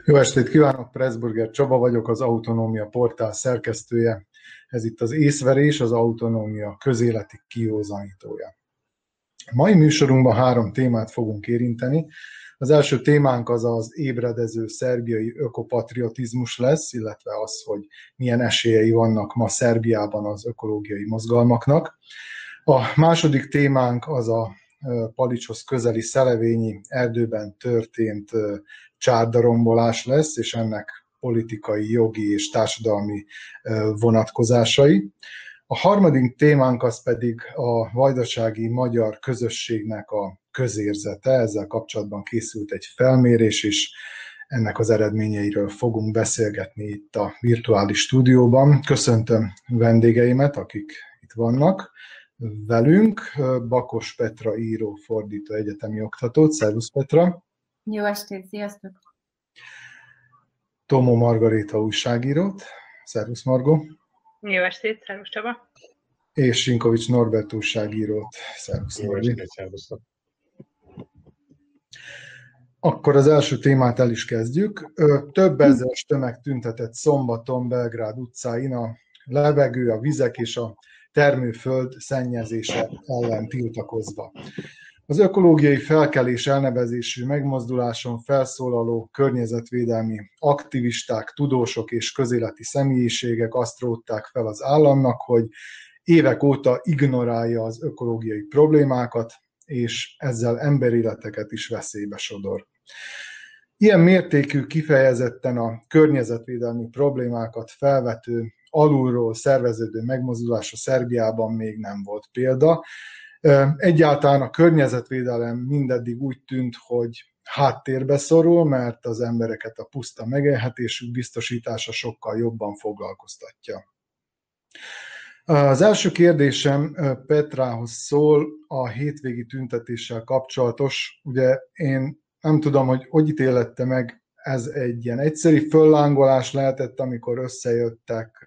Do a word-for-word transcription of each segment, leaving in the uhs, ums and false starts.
Jó estét kívánok, Pressburger Csaba vagyok, az Autonómia portál szerkesztője. Ez itt az Észverés, az Autonómia közéleti kiózanítója. A mai műsorunkban három témát fogunk érinteni. Az első témánk az az ébredező szerbiai ökopatriotizmus lesz, illetve az, hogy milyen esélyei vannak ma Szerbiában az ökológiai mozgalmaknak. A második témánk az a Palicshoz közeli szelevényi erdőben történt csárdarombolás lesz, és ennek politikai, jogi és társadalmi vonatkozásai. A harmadik témánk az pedig a vajdasági magyar közösségnek a közérzete. Ezzel kapcsolatban készült egy felmérés, és ennek az eredményeiről fogunk beszélgetni itt a virtuális stúdióban. Köszöntöm vendégeimet, akik itt vannak velünk. Bakos Petra író, fordító, egyetemi oktatót. Szervusz, Petra! Jó estét, sziasztok! Tomó Margaréta újságírót. Szervusz, Margó! Jó estét, szervusz Csaba! És Sinkovics Norbert újságírót. Szervusz, Jó Norbi! estét, szervusztok! Akkor az első témát el is kezdjük. Több ezeres tömeg tüntetett szombaton Belgrád utcáin a levegő, a vizek és a termőföld szennyezése ellen tiltakozva. Az ökológiai felkelés elnevezésű megmozduláson felszólaló környezetvédelmi aktivisták, tudósok és közéleti személyiségek azt rótták fel az államnak, hogy évek óta ignorálja az ökológiai problémákat, és ezzel emberéleteket is veszélybe sodor. Ilyen mértékű, kifejezetten a környezetvédelmi problémákat felvető, alulról szerveződő megmozdulás a Szerbiában még nem volt példa. Egyáltalán a környezetvédelem mindeddig úgy tűnt, hogy háttérbe szorul, mert az embereket a puszta megélhetésük biztosítása sokkal jobban foglalkoztatja. Az első kérdésem Petrához szól, a hétvégi tüntetéssel kapcsolatos. Ugye én nem tudom, hogy hogy ítélette meg, ez egy ilyen egyszeri föllángolás lehetett, amikor összejöttek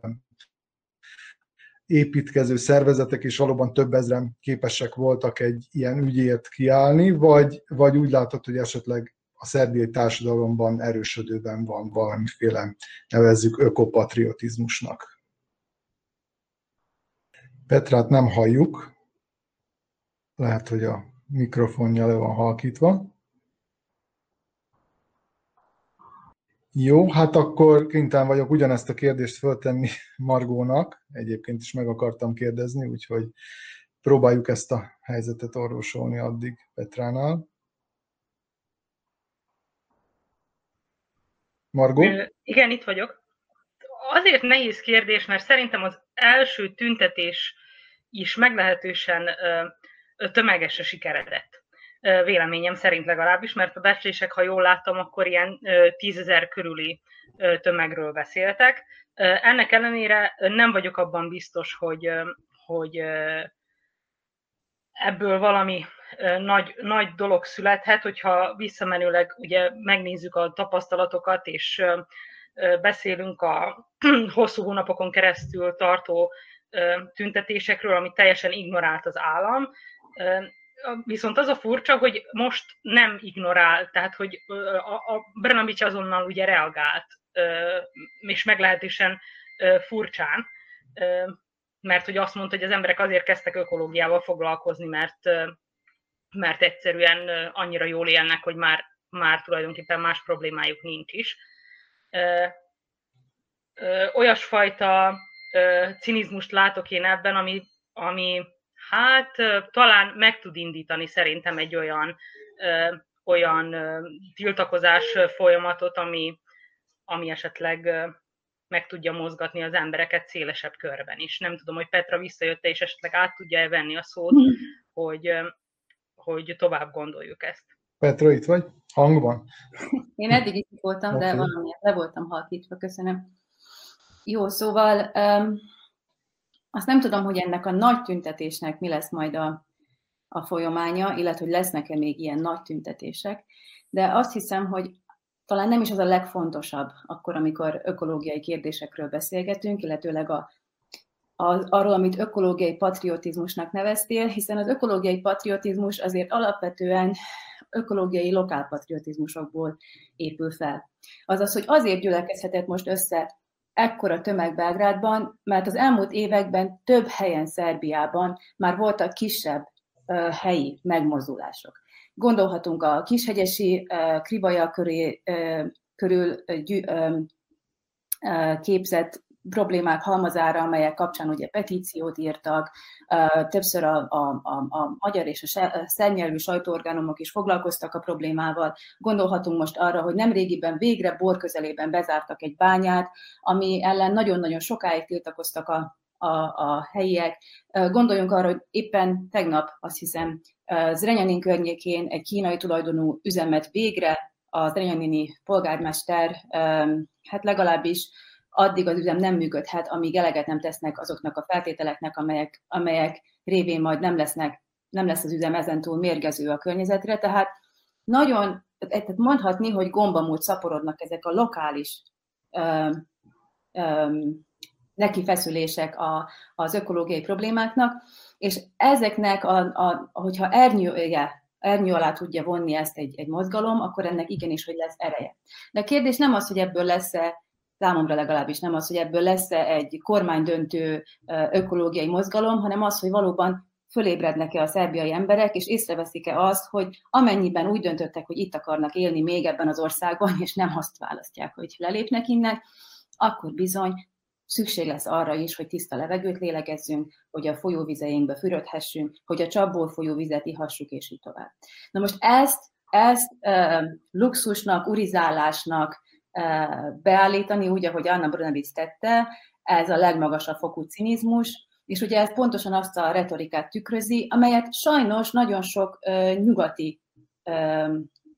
építkező szervezetek, és valóban több ezren képesek voltak egy ilyen ügyért kiállni, vagy, vagy úgy látod, hogy esetleg a szerbiai társadalomban erősödőben van valamiféle, nevezzük, ökopatriotizmusnak. Petrát nem halljuk. Lehet, hogy a mikrofonja le van halkítva. Jó, hát akkor kénytelen vagyok ugyanezt a kérdést föltenni Margónak. Egyébként is meg akartam kérdezni, úgyhogy próbáljuk ezt a helyzetet orvosolni addig Petránál. Margó? Igen, itt vagyok. Azért nehéz kérdés, mert szerintem az első tüntetés is meglehetősen tömegesre sikeredett. Véleményem szerint legalábbis, mert a becslések, ha jól láttam, akkor ilyen tízezer körüli tömegről beszéltek. Ennek ellenére nem vagyok abban biztos, hogy, hogy ebből valami nagy, nagy dolog születhet, hogyha visszamenőleg ugye megnézzük a tapasztalatokat, és beszélünk a hosszú hónapokon keresztül tartó tüntetésekről, amit teljesen ignorált az állam. Viszont az a furcsa, hogy most nem ignorál, tehát hogy a, a Brnabić azonnal ugye reagált, és meglehetősen furcsán, mert hogy azt mondta, hogy az emberek azért kezdtek ökológiával foglalkozni, mert, mert egyszerűen annyira jól élnek, hogy már, már tulajdonképpen más problémájuk nincs is. Olyasfajta cinizmust látok én ebben, ami, ami hát talán meg tud indítani szerintem egy olyan, ö, olyan ö, tiltakozás folyamatot, ami, ami esetleg ö, meg tudja mozgatni az embereket szélesebb körben is. Nem tudom, hogy Petra visszajött és esetleg át tudja-e venni a szót, mm. hogy, ö, hogy tovább gondoljuk ezt. Petra, itt vagy? Hangban? Én eddig is voltam, okay. De valamiért le voltam halkítva, köszönöm. Jó, szóval... Um, Azt nem tudom, hogy ennek a nagy tüntetésnek mi lesz majd a, a folyamánya, illetve hogy lesznek-e még ilyen nagy tüntetések, de azt hiszem, hogy talán nem is az a legfontosabb akkor, amikor ökológiai kérdésekről beszélgetünk, illetőleg a, az, arról, amit ökológiai patriotizmusnak neveztél, hiszen az ökológiai patriotizmus azért alapvetően ökológiai lokálpatriotizmusokból épül fel. Azaz, hogy azért gyülekezhetett most össze ekkora tömeg Belgrádban, mert az elmúlt években több helyen Szerbiában már voltak kisebb uh, helyi megmozdulások. Gondolhatunk a kishegyesi uh, Kribaja köré, uh, körül uh, gyű, uh, uh, képzett problémák halmazára, amelyek kapcsán ugye petíciót írtak, uh, többször a, a, a, a magyar és a szernyelvű sajtóorgánumok is foglalkoztak a problémával. Gondolhatunk most arra, hogy nemrégiben végre Bor közelében bezártak egy bányát, ami ellen nagyon-nagyon sokáig tiltakoztak a, a, a helyiek. Uh, gondoljunk arra, hogy éppen tegnap, azt hiszem, uh, Zrenjanin környékén egy kínai tulajdonú üzemet végre a zrenjanini polgármester, um, hát legalábbis addig az üzem nem működhet, amíg eleget nem tesznek azoknak a feltételeknek, amelyek, amelyek révén majd nem, lesznek, nem lesz az üzem ezentúl mérgező a környezetre. Tehát nagyon, tehát mondhatni, hogy gombamód szaporodnak ezek a lokális öm, öm, nekifeszülések a, az ökológiai problémáknak, és ezeknek, a, a, hogyha ernyője, ernyő alá tudja vonni ezt egy, egy mozgalom, akkor ennek igenis, hogy lesz ereje. De a kérdés nem az, hogy ebből lesz-e, számomra legalábbis nem az, hogy ebből lesz-e egy kormánydöntő ökológiai mozgalom, hanem az, hogy valóban fölébrednek-e a szerbiai emberek, és észreveszik-e azt, hogy amennyiben úgy döntöttek, hogy itt akarnak élni még ebben az országban, és nem azt választják, hogy lelépnek innen, akkor bizony szükség lesz arra is, hogy tiszta levegőt lélegezzünk, hogy a folyóvizeinkbe fürödhessünk, hogy a csapból folyó vizet ihassuk, és így tovább. Na most ezt, ezt uh, luxusnak, urizálásnak, beállítani, úgy, ahogy Anna Brnabic tette, ez a legmagasabb fokú cinizmus, és ugye ez pontosan azt a retorikát tükrözi, amelyet sajnos nagyon sok uh, nyugati uh,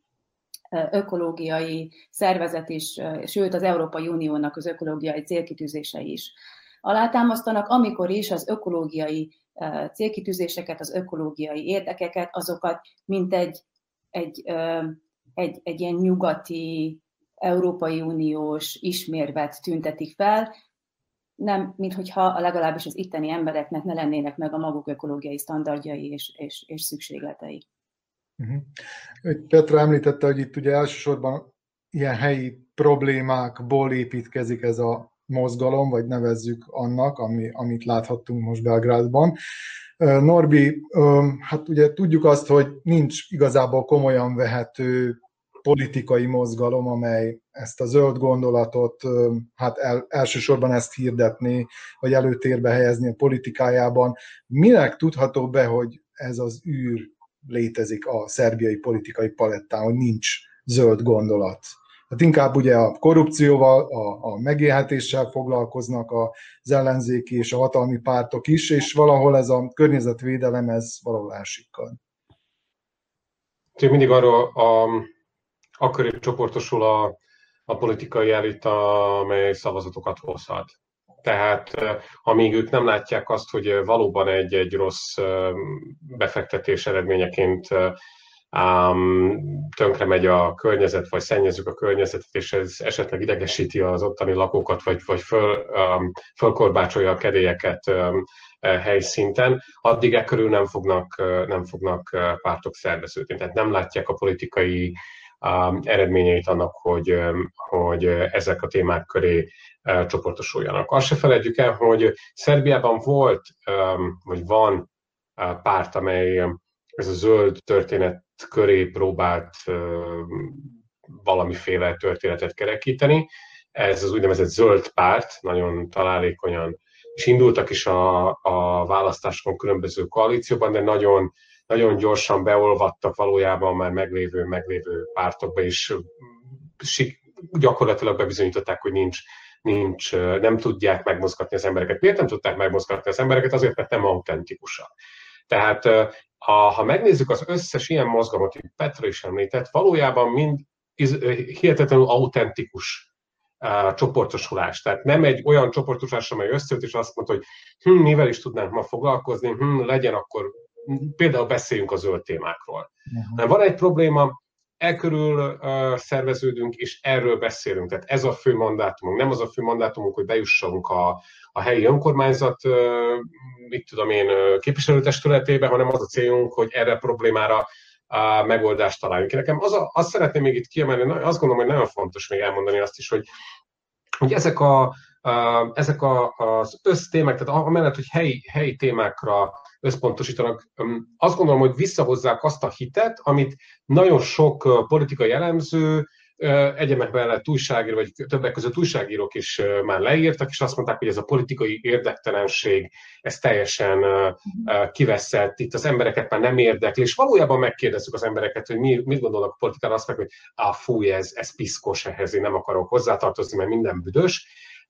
ökológiai szervezet is, uh, sőt az Európai Uniónak az ökológiai célkitűzései is alátámasztanak, amikor is az ökológiai uh, célkitűzéseket, az ökológiai érdekeket, azokat mint egy, egy, uh, egy, egy ilyen nyugati Európai Uniós ismérvet tüntetik fel, nem, minthogyha a legalábbis az itteni embereknek ne lennének meg a maguk ökológiai sztenderdjai és, és, és szükségletei. Uh-huh. Petra említette, hogy itt ugye elsősorban ilyen helyi problémákból építkezik ez a mozgalom, vagy nevezzük annak, ami, amit láthattunk most Belgrádban. Norbi, hát ugye tudjuk azt, hogy nincs igazából komolyan vehető politikai mozgalom, amely ezt a zöld gondolatot, hát el, elsősorban ezt hirdetni, vagy előtérbe helyezni a politikájában. Minek tudható be, hogy ez az űr létezik a szerbiai politikai palettán, hogy nincs zöld gondolat? Hát inkább ugye a korrupcióval, a, a megélhetéssel foglalkoznak az ellenzéki és a hatalmi pártok is, és valahol ez a környezetvédelem, ez valahol elsikkad. Mindig arról a akkor csoportosul a, a politikai elit, amely szavazatokat hozhat. Tehát amíg ők nem látják azt, hogy valóban egy, egy rossz befektetés eredményeként um, tönkre megy a környezet, vagy szennyezzük a környezetet, és ez esetleg idegesíti az ottani lakókat, vagy, vagy föl, um, fölkorbácsolja a kedélyeket um, helyszinten, addig e körül nem fognak, nem fognak pártok szerveződni. Tehát nem látják a politikai Um, eredményeit annak, hogy, um, hogy ezek a témák köré uh, csoportosuljanak. Azt se feledjük el, hogy Szerbiában volt, um, vagy van uh, párt, amely um, ez a zöld történet köré próbált uh, valamiféle történetet kerekíteni. Ez az úgynevezett zöld párt, nagyon találékonyan, és indultak is a, a választásokon különböző koalícióban, de nagyon nagyon gyorsan beolvadtak valójában már meglévő, meglévő pártokba, és gyakorlatilag bebizonyították, hogy nincs, nincs, nem tudják megmozgatni az embereket. Miért nem tudták megmozgatni az embereket? Azért, mert nem autentikusak. Tehát ha, ha megnézzük az összes ilyen mozgalmat, amit Petra is említett, valójában mind hihetetlenül autentikus Uh, csoportosulás. Tehát nem egy olyan csoportosulás, amely összejött, és azt mondta, hogy hm, mivel is tudnánk ma foglalkozni, hm, legyen akkor, például beszéljünk a zöld témákról. Uh-huh. Van egy probléma, e körül uh, szerveződünk, és erről beszélünk. Tehát ez a fő mandátumunk. Nem az a fő mandátumunk, hogy bejussunk a, a helyi önkormányzat, uh, mit tudom én, uh, képviselőtestületébe, hanem az a célunk, hogy erre a problémára uh, megoldást találjunk. Nekem az a, azt szeretném még itt kiemelni, azt gondolom, hogy nagyon fontos még elmondani azt is, hogy, hogy ezek, a, uh, ezek a, az össztémák, tehát amellett, hogy helyi, helyi témákra összpontosítanak, azt gondolom, hogy visszahozzák azt a hitet, amit nagyon sok politikai elemző, egyemek mellett újságíró, vagy többek között újságírók is már leírtak, és azt mondták, hogy ez a politikai érdektelenség, ez teljesen kiveszett, itt az embereket már nem érdekli, és valójában megkérdezzük az embereket, hogy mi, mit gondolnak a politikáról, azt meg, hogy á, fúj, ez, ez piszkos, ehhez én nem akarok hozzátartozni, mert minden büdös.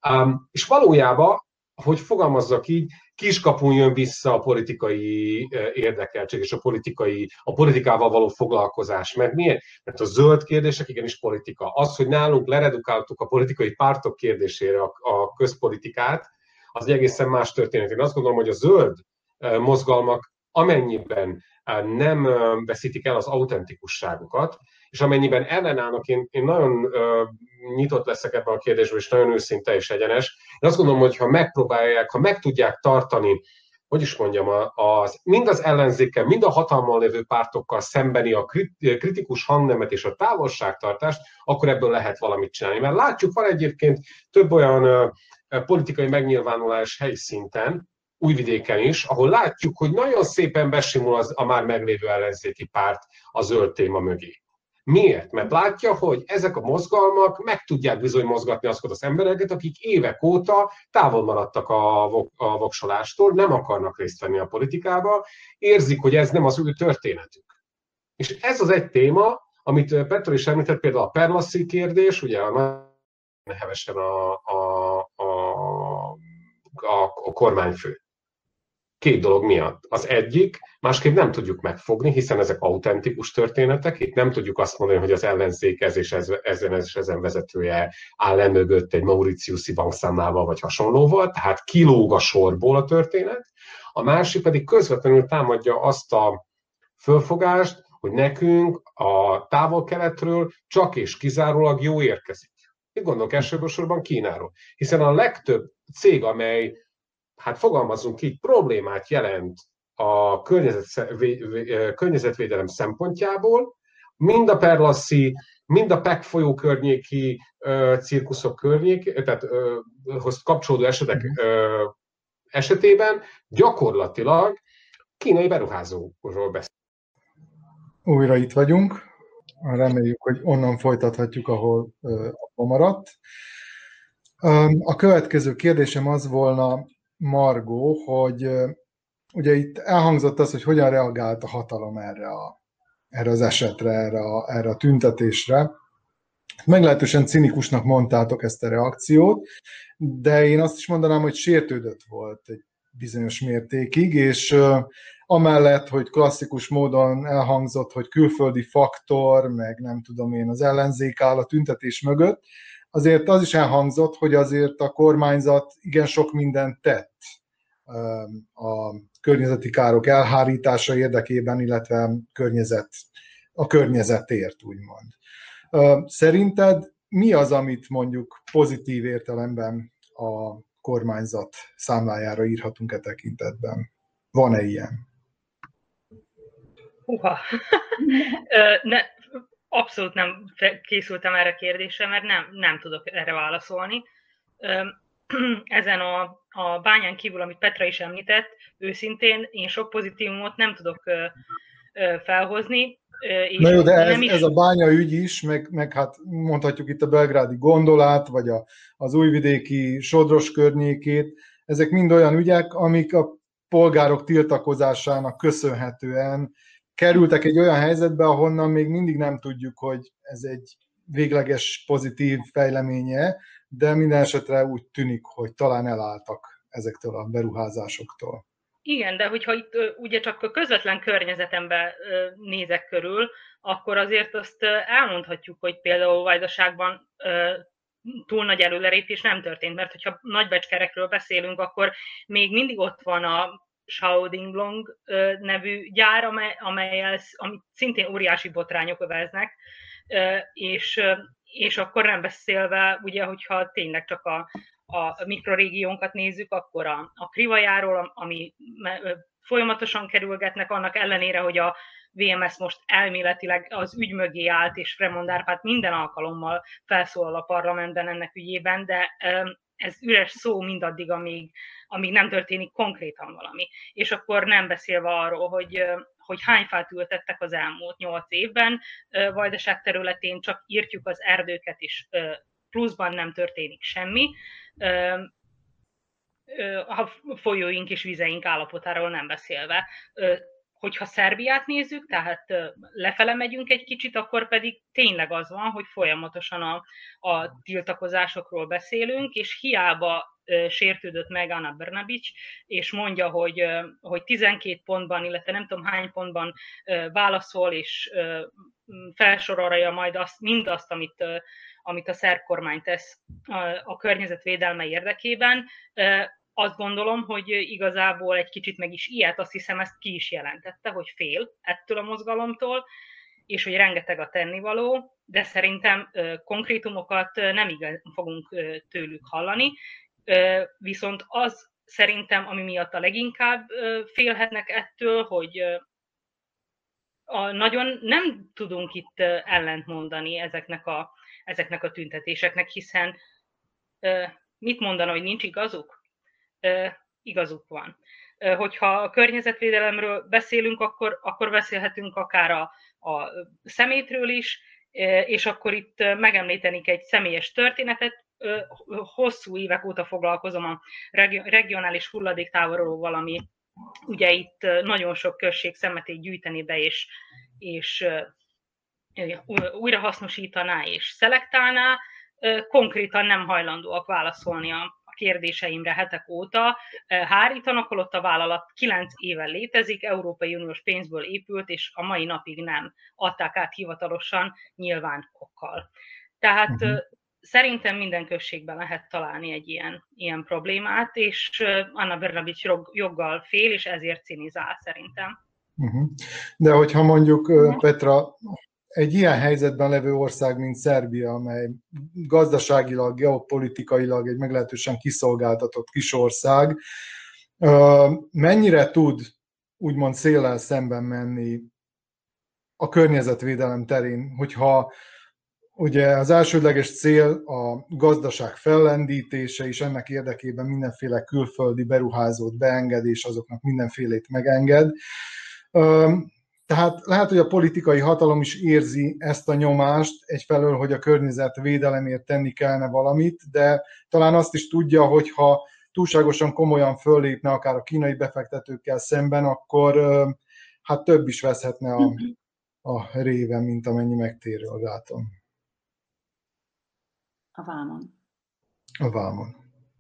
És valójában, hogy fogalmazzak így, kiskapun jön vissza a politikai érdekeltség és a, politikai, a politikával való foglalkozás. Mert miért? Mert a zöld kérdések igenis politika. Az, hogy nálunk leredukáltuk a politikai pártok kérdésére a, a közpolitikát, az egy egészen más történet. Én azt gondolom, hogy a zöld mozgalmak amennyiben nem veszítik el az autentikusságukat, és amennyiben ellenállnak, én, én nagyon uh, nyitott leszek ebben a kérdésben, és nagyon őszinte és egyenes. Én azt gondolom, hogy ha megpróbálják, ha meg tudják tartani, hogy is mondjam, az, mind az ellenzékkel, mind a hatalmon lévő pártokkal szembeni a kritikus hangnemet és a távolságtartást, akkor ebből lehet valamit csinálni. Mert látjuk, van egyébként több olyan uh, politikai megnyilvánulás helyi szinten, Újvidéken is, ahol látjuk, hogy nagyon szépen besimul az, a már meglévő ellenzéki párt a zöld téma mögé. Miért? Mert látja, hogy ezek a mozgalmak meg tudják bizony mozgatni azokat az embereket, akik évek óta távol maradtak a, a voksolástól, nem akarnak részt venni a politikába, érzik, hogy ez nem az ő történetük. És ez az egy téma, amit Petra is említett, például a Perlassi kérdés, ugye a hevesen a, a, a, a, a kormányfő. Két dolog miatt. Az egyik, másképp nem tudjuk megfogni, hiszen ezek autentikus történetek, itt nem tudjuk azt mondani, hogy az ellenzék ez és ez, ezen, ez és ezen vezetője áll le mögött egy Mauritiuszi bankszámlával vagy hasonlóval, tehát kilóg a sorból a történet. A másik pedig közvetlenül támadja azt a fölfogást, hogy nekünk a távol-keletről csak és kizárólag jó érkezik. Itt gondolok elsősorban Kínáról, hiszen a legtöbb cég, amely hát fogalmazunk így, problémát jelent a környezetvédelem szempontjából, mind a Perlassi, mind a Pek folyó környéki uh, cirkuszok környéki, tehát uh, hoz kapcsolódó esetek uh, esetében gyakorlatilag kínai beruházókról beszél. Újra itt vagyunk. Reméljük, hogy onnan folytathatjuk, ahol uh, abba maradt. Um, a következő kérdésem az volna, Margó, hogy uh, ugye itt elhangzott az, hogy hogyan reagált a hatalom erre, a, erre az esetre, erre a, erre a tüntetésre. Meglehetősen cinikusnak mondtátok ezt a reakciót, de én azt is mondanám, hogy sértődött volt egy bizonyos mértékig, és uh, amellett, hogy klasszikus módon elhangzott, hogy külföldi faktor, meg nem tudom én, az ellenzék áll a tüntetés mögött, azért az is elhangzott, hogy azért a kormányzat igen sok mindent tett a környezeti károk elhárítása érdekében, illetve környezet, a környezetért, úgymond. Szerinted mi az, amit mondjuk pozitív értelemben a kormányzat számlájára írhatunk e tekintetben? Van-e ilyen? Uha! ne, abszolút nem készültem erre a kérdésre, mert nem, nem tudok erre válaszolni. Ezen a, a bányán kívül, amit Petra is említett, őszintén én sok pozitívumot nem tudok felhozni. És Na jó, de ez, is... ez a bánya ügy is, meg, meg hát mondhatjuk itt a belgrádi gondolát, vagy a, az újvidéki Sodros környékét, ezek mind olyan ügyek, amik a polgárok tiltakozásának köszönhetően kerültek egy olyan helyzetbe, ahonnan még mindig nem tudjuk, hogy ez egy végleges pozitív fejleménye, de minden esetre úgy tűnik, hogy talán elálltak ezektől a beruházásoktól. Igen, de hogyha itt ugye csak a közvetlen környezetemben nézek körül, akkor azért azt elmondhatjuk, hogy például Vajdaságban túl nagy előrelépés nem történt, mert hogyha nagybecskerekről beszélünk, akkor még mindig ott van a Shaodinglong nevű gyár, amely, amelyel, amit szintén óriási botrányok öveznek. és, és akkor nem beszélve, ugye, hogyha tényleg csak a, a mikrorégiónkat nézzük, akkor a, a Krivajáról, ami folyamatosan kerülgetnek, annak ellenére, hogy a vé em es most elméletileg az ügy mögé állt, és Fremond Árpád minden alkalommal felszólal a parlamentben ennek ügyében, de ez üres szó mindaddig, amíg, amíg nem történik konkrétan valami. És akkor nem beszélve arról, hogy, hogy hány fát ültettek az elmúlt nyolc évben, Vajdaság területén csak írtjuk az erdőket, és pluszban nem történik semmi. A folyóink és vizeink állapotáról nem beszélve. Hogyha Szerbiát nézzük, tehát lefele megyünk egy kicsit, akkor pedig tényleg az van, hogy folyamatosan a, a tiltakozásokról beszélünk, és hiába sértődött meg Ana Brnabić, és mondja, hogy, hogy tizenkét pontban, illetve nem tudom hány pontban válaszol, és felsorolja majd azt, mindazt, amit, amit a szerb kormány tesz a, a környezetvédelme érdekében. Azt gondolom, hogy igazából egy kicsit meg is ilyet, azt hiszem, ezt ki is jelentette, hogy fél ettől a mozgalomtól, és hogy rengeteg a tennivaló, de szerintem konkrétumokat nem igazán fogunk tőlük hallani. Viszont az szerintem, ami miatt a leginkább félhetnek ettől, hogy a, nagyon nem tudunk itt ellent mondani ezeknek a, ezeknek a tüntetéseknek, hiszen mit mondana, hogy nincs igazuk? Igazuk van. Hogyha a környezetvédelemről beszélünk, akkor, akkor beszélhetünk akár a, a szemétről is, és akkor itt megemlítenik egy személyes történetet. Hosszú évek óta foglalkozom a regionális hulladéktávolóval, ami ugye itt nagyon sok község szemetét gyűjteni be, és, és újrahasznosítaná és szelektálná. Konkrétan nem hajlandóak válaszolni a kérdéseimre hetek óta. Hárítanak, holott a vállalat kilenc éve létezik, Európai Uniós pénzből épült, és a mai napig nem adták át hivatalosan, nyilván okkal. Tehát uh-huh. Szerintem minden községben lehet találni egy ilyen, ilyen problémát, és Ana Brnabić joggal fél, és ezért cinizál szerintem. Uh-huh. De hogyha mondjuk, uh-huh. Petra, egy ilyen helyzetben levő ország, mint Szerbia, amely gazdaságilag, geopolitikailag egy meglehetősen kiszolgáltatott kis ország, mennyire tud úgymond széllel szemben menni a környezetvédelem terén, hogyha ugye az elsődleges cél a gazdaság fellendítése, és ennek érdekében mindenféle külföldi beruházót beenged, és azoknak mindenfélét megenged. Tehát lehet, hogy a politikai hatalom is érzi ezt a nyomást, egyfelől, hogy a környezetvédelemért tenni kellene valamit, de talán azt is tudja, hogy ha túlságosan komolyan föllépne akár a kínai befektetőkkel szemben, akkor hát több is veszhetne a, a réven, mint amennyi megtérül, látom. A vámon. A vámon.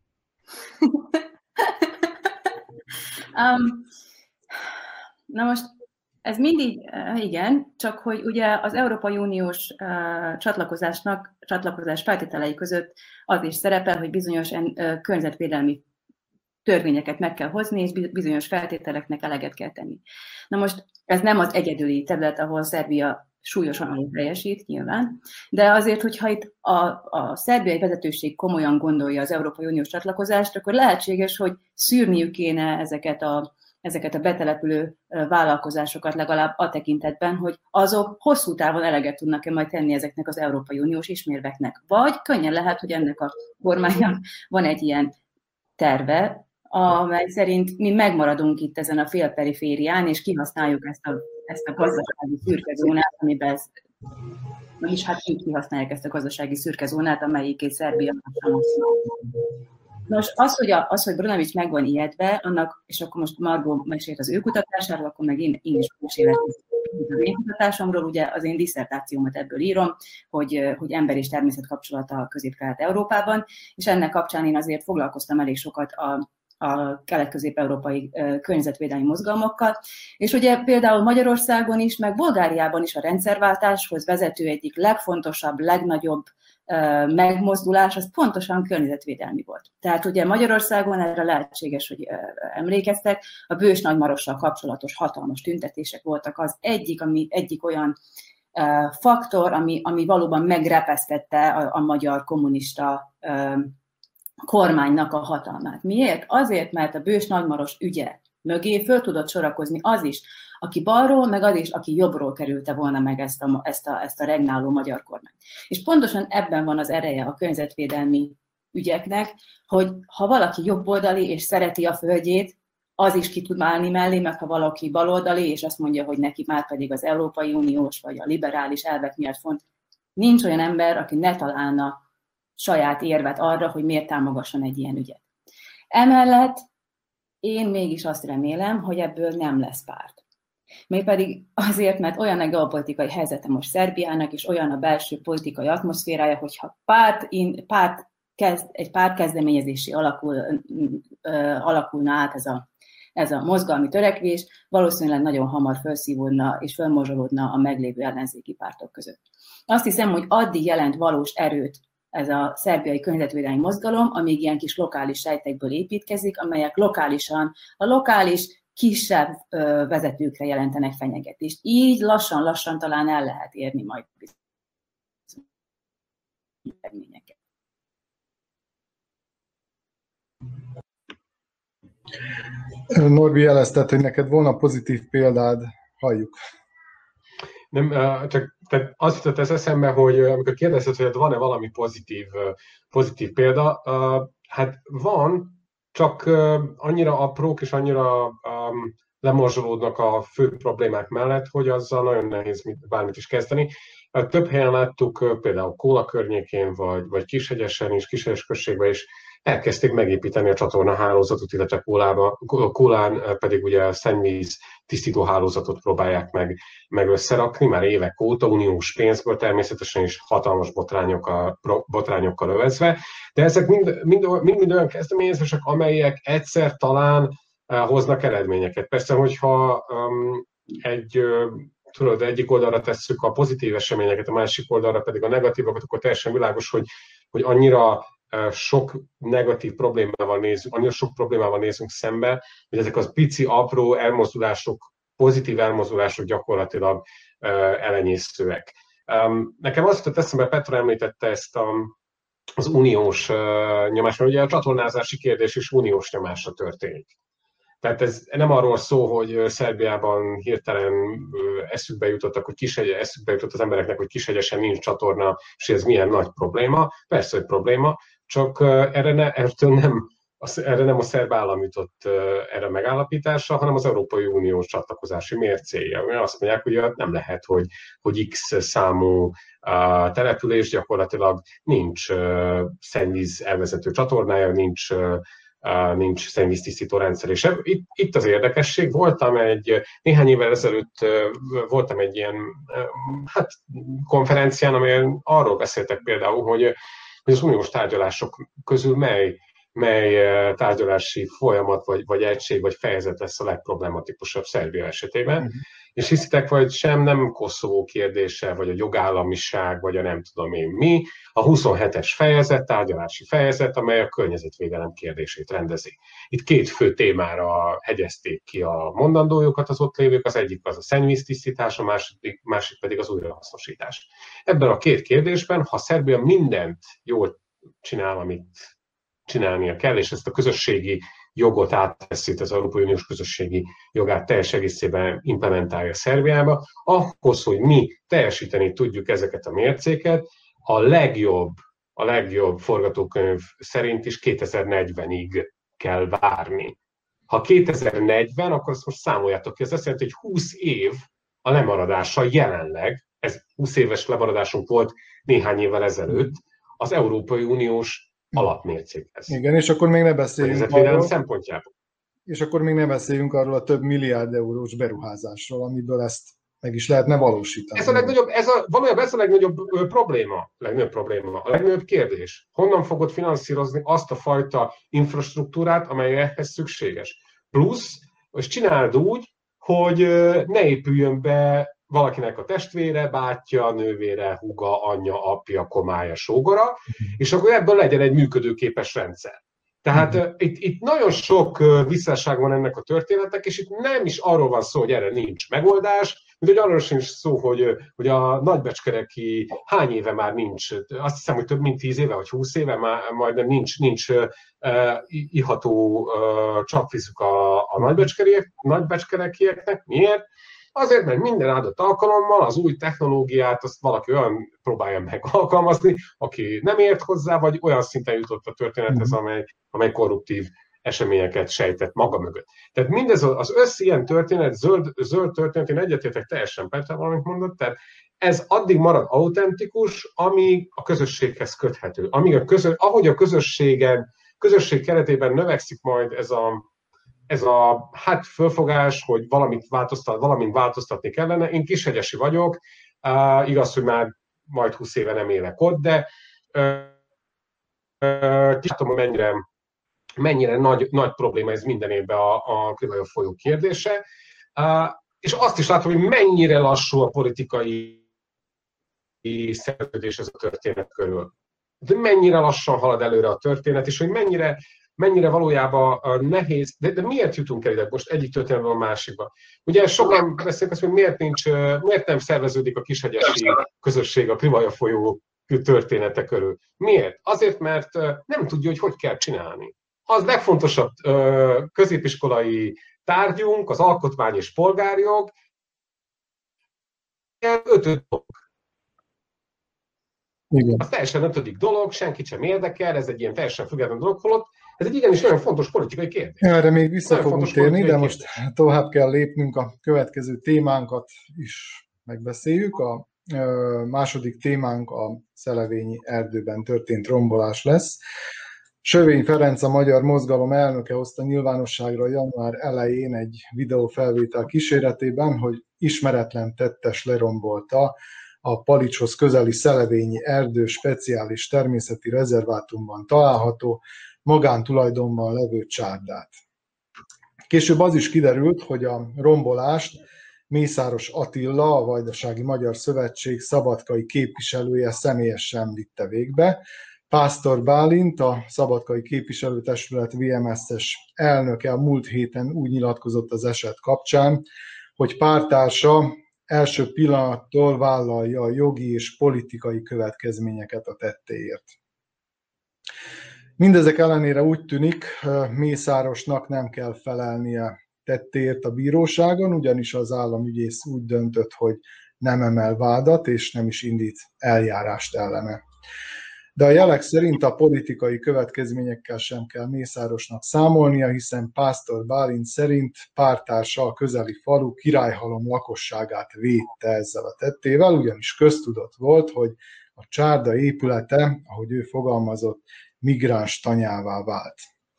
um, na most ez mindig, igen, csak hogy ugye az Európai Uniós uh, csatlakozásnak, csatlakozás feltételei között az is szerepel, hogy bizonyos uh, környezetvédelmi törvényeket meg kell hozni, és bizonyos feltételeknek eleget kell tenni. Na most ez nem az egyedüli terület, ahol Szerbia súlyosan teljesít, nyilván, de azért, hogyha itt a, a szerbiai vezetőség komolyan gondolja az Európai Uniós csatlakozást, akkor lehetséges, hogy szűrniük kéne ezeket a ezeket a betelepülő vállalkozásokat legalább a tekintetben, hogy azok hosszú távon eleget tudnak-e majd tenni ezeknek az Európai Uniós ismérveknek. Vagy könnyen lehet, hogy ennek a kormánynak van egy ilyen terve, amely szerint mi megmaradunk itt ezen a félperiférián, és kihasználjuk ezt a, ezt a gazdasági szürkezónát, amiben ez, vagyis hát így kihasználják ezt a gazdasági szürkezónát, amelyikét Szerbia nem. Nos, az, hogy, a, az, hogy Brnabić meg van ijedve, annak, és akkor most Margó mesélt az ő kutatásáról, akkor meg én, én is mesélek az én kutatásomról, ugye az én disszertációmat ebből írom, hogy, hogy ember és természet kapcsolata a Közép-Kelet-Európában, és ennek kapcsán én azért foglalkoztam elég sokat a, a kelet-közép-európai környezetvédelmi mozgalmakkal, és ugye például Magyarországon is, meg Bulgáriában is a rendszerváltáshoz vezető egyik legfontosabb, legnagyobb megmozdulás, az pontosan környezetvédelmi volt. Tehát ugye Magyarországon erre lehetséges, hogy emlékeztek, a Bős Nagymarossal kapcsolatos hatalmas tüntetések voltak az egyik, ami egyik olyan faktor, ami, ami valóban megrepesztette a, a magyar kommunista kormánynak a hatalmát. Miért? Azért, mert a Bős Nagymaros ügye mögé föl tudott sorakozni az is, aki balról, meg az is, aki jobbról kerülte volna meg ezt a, ezt a, ezt a regnáló magyar kormányt. És pontosan ebben van az ereje a környezetvédelmi ügyeknek, hogy ha valaki jobboldali és szereti a földjét, az is ki tud állni mellé, meg ha valaki baloldali, és azt mondja, hogy neki már pedig az Európai Uniós vagy a liberális elvek miatt font. Nincs olyan ember, aki ne találna saját érvet arra, hogy miért támogasson egy ilyen ügyet. Emellett én mégis azt remélem, hogy ebből nem lesz párt. Mégpedig azért, mert olyan a geopolitikai helyzete most Szerbiának, és olyan a belső politikai atmoszférája, hogyha párt, in, párt kezd, egy pártkezdeményezési alakul, alakulna át ez a, ez a mozgalmi törekvés, valószínűleg nagyon hamar felszívódna és felmorzsolódna a meglévő ellenzéki pártok között. Azt hiszem, hogy addig jelent valós erőt ez a szerbiai környezetvédelmi mozgalom, amíg ilyen kis lokális sejtekből építkezik, amelyek lokálisan, a lokális kisebb ö, vezetőkre jelentenek fenyegetést. Így lassan-lassan talán el lehet érni majd eredményeket. Norbi jelezted, hogy neked volna pozitív példád, halljuk. Nem, csak tehát azt jutott ez eszembe, hogy amikor kérdezted, hogy van-e valami pozitív, pozitív példa, hát van, csak annyira aprók és annyira um, lemorzsolódnak a fő problémák mellett, hogy azzal nagyon nehéz bármit is kezdeni. Több helyen láttuk, például Kóla környékén, vagy, vagy Kishegyesen is, Kishegyes községben is elkezdték megépíteni a csatorna hálózatot, illetve Kólába, Kólán pedig ugye a szennyvíz tisztító hálózatot próbálják meg, meg összerakni, már évek óta, uniós pénzből természetesen is hatalmas botrányokkal, botrányokkal övezve, de ezek mind, mind, mind, mind olyan kezdeményezések, amelyek egyszer talán uh, hoznak eredményeket. Persze, hogyha um, egy, uh, tudod, egyik oldalra tesszük a pozitív eseményeket, a másik oldalra pedig a negatívakat, akkor teljesen világos, hogy, hogy annyira sok negatív problémával nézünk, annyira sok problémával nézünk szembe, hogy ezek az pici, apró elmozdulások, pozitív elmozdulások gyakorlatilag uh, elenyészőek. Um, nekem azt jutott eszembe, Petra említette ezt a, az uniós uh, nyomást, mert ugye a csatornázási kérdés is uniós nyomásra történik. Tehát ez nem arról szó, hogy Szerbiában hirtelen eszükbe jutottak, hogy Kishegye, eszükbe jutott az embereknek, hogy Kishegyesen nincs csatorna, és ez milyen nagy probléma. Persze, hogy probléma, csak erre, ne, nem, erre nem a szerb állam jutott erre megállapításra, hanem az Európai Unió csatlakozási mércéje. Azt mondják, hogy nem lehet, hogy, hogy X számú a település gyakorlatilag nincs szennyvíz elvezető csatornája, nincs nincs szennyvíztisztító rendszer. És itt, itt az érdekesség, voltam egy, néhány évvel ezelőtt voltam egy ilyen hát, konferencián, amelyen arról beszéltek például, hogy, hogy az uniós tárgyalások közül mely, mely tárgyalási folyamat, vagy, vagy egység, vagy fejezet lesz a legproblematikusabb Szerbia esetében. Uh-huh. És hiszitek, vagy sem, nem Koszovó kérdése, vagy a jogállamiság, vagy a nem tudom én mi, a huszonhetes fejezet, tárgyalási fejezet, amely a környezetvédelem kérdését rendezi. Itt két fő témára hegyezték ki a mondandójukat az ott lévők, az egyik az a szennyvíztisztítás, a másik, másik pedig az újrahasznosítás. Ebben a két kérdésben, ha Szerbia mindent jól csinál, amit csinálnia kell, és ezt a közösségi jogot átveszi, az Európai Uniós közösségi jogát teljes egészében implementálja Szerbiába, ahhoz, hogy mi teljesíteni tudjuk ezeket a mércéket, a legjobb, a legjobb forgatókönyv szerint is kétezer-negyvenig kell várni. Ha kétezer-negyven, akkor azt most számoljátok ki, ez azt jelenti, hogy húsz év a lemaradása jelenleg, ez húsz éves lemaradásunk volt néhány évvel ezelőtt, az Európai Uniós alapmércékhez. Igen, és akkor még ne beszéljünk arról, szempontjából. És akkor még ne beszéljünk arról a több milliárd eurós beruházásról, amiből ezt meg is lehetne valósítani. Ez a legnagyobb, ez a, valójában ez a legnagyobb ö, probléma, legnagyobb probléma, a legnagyobb kérdés. Honnan fogod finanszírozni azt a fajta infrastruktúrát, amely ehhez szükséges? Plusz, és csináld úgy, hogy ö, ne épüljön be valakinek a testvére, bátyja, nővére, húga, anyja, apja, komája, sógora, és akkor ebből legyen egy működőképes rendszer. Tehát uh, itt, itt nagyon sok uh, visszásság van ennek a történetnek, és itt nem is arról van szó, hogy erre nincs megoldás, Mint hogy arról sincs szó, hogy, hogy a nagybecskereki hány éve már nincs, azt hiszem, hogy több mint tíz éve, vagy húsz éve már majdnem nincs, nincs uh, iható uh, csapvízük a, a nagybecskerekieknek. Miért? Azért, mert minden áldott alkalommal az új technológiát azt valaki olyan próbálja meg alkalmazni, aki nem ért hozzá, vagy olyan szinten jutott a történethez, amely, amely korruptív eseményeket sejtett maga mögött. Tehát mindez az össz ilyen történet, zöld, zöld történet, én egyetértek teljesen Petra valamit mondott, tehát ez addig marad autentikus, amíg a közösséghez köthető. Amíg a közö, ahogy a közösségen, közösség keretében növekszik majd ez a ez a hát fölfogás, hogy valamit változtat, valamint változtatni kellene. Én kishegyesi vagyok, uh, igaz, hogy már majd húsz éve nem élek ott, de uh, uh, látom, hogy mennyire, mennyire nagy, nagy probléma ez minden évben a, a Kőbája folyó kérdése. Uh, és azt is látom, hogy mennyire lassú a politikai szerződés ez a történet körül. De mennyire lassan halad előre a történet, és hogy mennyire mennyire valójában nehéz, de, de miért jutunk el ide most egyik történetben a másikba? Ugye sokan beszélnek azt, hogy miért, nincs, miért nem szerveződik a kishegyesi közösség a Krivaya folyó története körül. Miért? Azért, mert nem tudja, hogy hogy kell csinálni. Az legfontosabb középiskolai tárgyunk, az alkotmány és polgárjog, ötödik dolog. Igen. Az teljesen ötödik dolog, senkit sem érdekel, ez egy ilyen teljesen független dolog, holott ez egy igenis nagyon fontos politikai kérdés. Erre még vissza fogunk térni, de most tovább kell lépnünk, a következő témánkat is megbeszéljük. A második témánk a Szelevényi erdőben történt rombolás lesz. Sövényi Ferenc, a Magyar Mozgalom elnöke hozta nyilvánosságra január elején egy videófelvétel kíséretében, hogy ismeretlen tettes lerombolta a Palicshoz közeli Szelevényi erdő speciális természeti rezervátumban található, magántulajdonban levő csárdát. Később az is kiderült, hogy a rombolást Mészáros Attila, a Vajdasági Magyar Szövetség szabadkai képviselője személyesen vitte végbe. Pásztor Bálint, a Szabadkai Képviselőtestület vé em es-es elnöke a múlt héten úgy nyilatkozott az eset kapcsán, hogy párttársa első pillanattól vállalja a jogi és politikai következményeket a tettéért. Mindezek ellenére úgy tűnik, Mészárosnak nem kell felelnie tettéért a bíróságon, ugyanis az államügyész úgy döntött, hogy nem emel vádat, és nem is indít eljárást ellene. De a jelek szerint a politikai következményekkel sem kell Mészárosnak számolnia, hiszen Pásztor Bálint szerint párttársa a közeli falu Királyhalom lakosságát védte ezzel a tettével, ugyanis köztudott volt, hogy a csárda épülete, ahogy ő fogalmazott, migráns tanyává vált.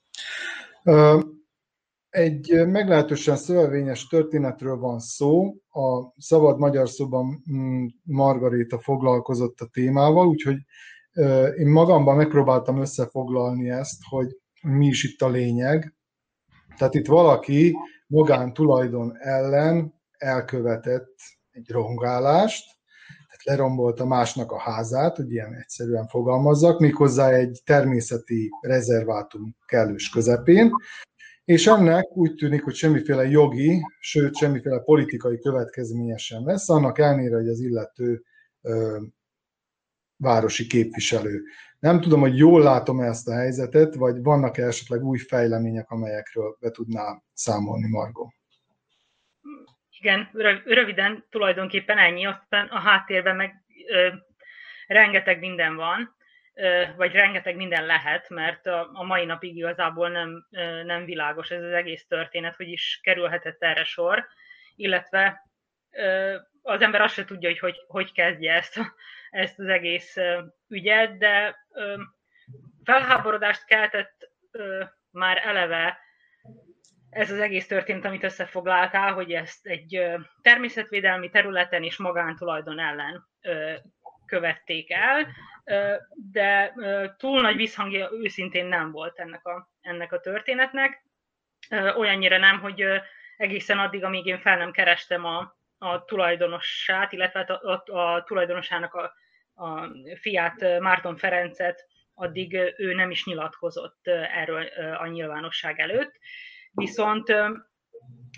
Egy meglehetősen szövevényes történetről van szó. A Szabad Magyar Szóban Margaréta foglalkozott a témával, úgyhogy én magamban megpróbáltam összefoglalni ezt, hogy mi is itt a lényeg. Tehát itt valaki magántulajdon ellen elkövetett egy rongálást, tehát lerombolta másnak a házát, hogy ilyen egyszerűen fogalmazzak, méghozzá egy természeti rezervátum kellős közepén, és ennek úgy tűnik, hogy semmiféle jogi, sőt semmiféle politikai következménye sem lesz, annak ellenére, hogy az illető ö, városi képviselő. Nem tudom, hogy jól látom ezt a helyzetet, vagy vannak-e esetleg új fejlemények, amelyekről be tudná számolni Margó? Igen, röviden tulajdonképpen ennyi, aztán a háttérben meg ö, rengeteg minden van, ö, vagy rengeteg minden lehet, mert a, a mai napig igazából nem, ö, nem világos ez az egész történet, hogy is kerülhetett erre sor, illetve ö, az ember azt se tudja, hogy hogy, hogy kezdje ezt, ezt az egész ö, ügyet, de ö, felháborodást keltett ö, már eleve ez az egész történet, amit összefoglaltál, hogy ezt egy természetvédelmi területen és magántulajdon ellen követték el, de túl nagy visszhangja őszintén nem volt ennek a, ennek a történetnek. Olyannyira nem, hogy egészen addig, amíg én fel nem kerestem a, a tulajdonossát, illetve a, a, a tulajdonosának a, a fiát, Márton Ferencet, addig ő nem is nyilatkozott erről a nyilvánosság előtt. Viszont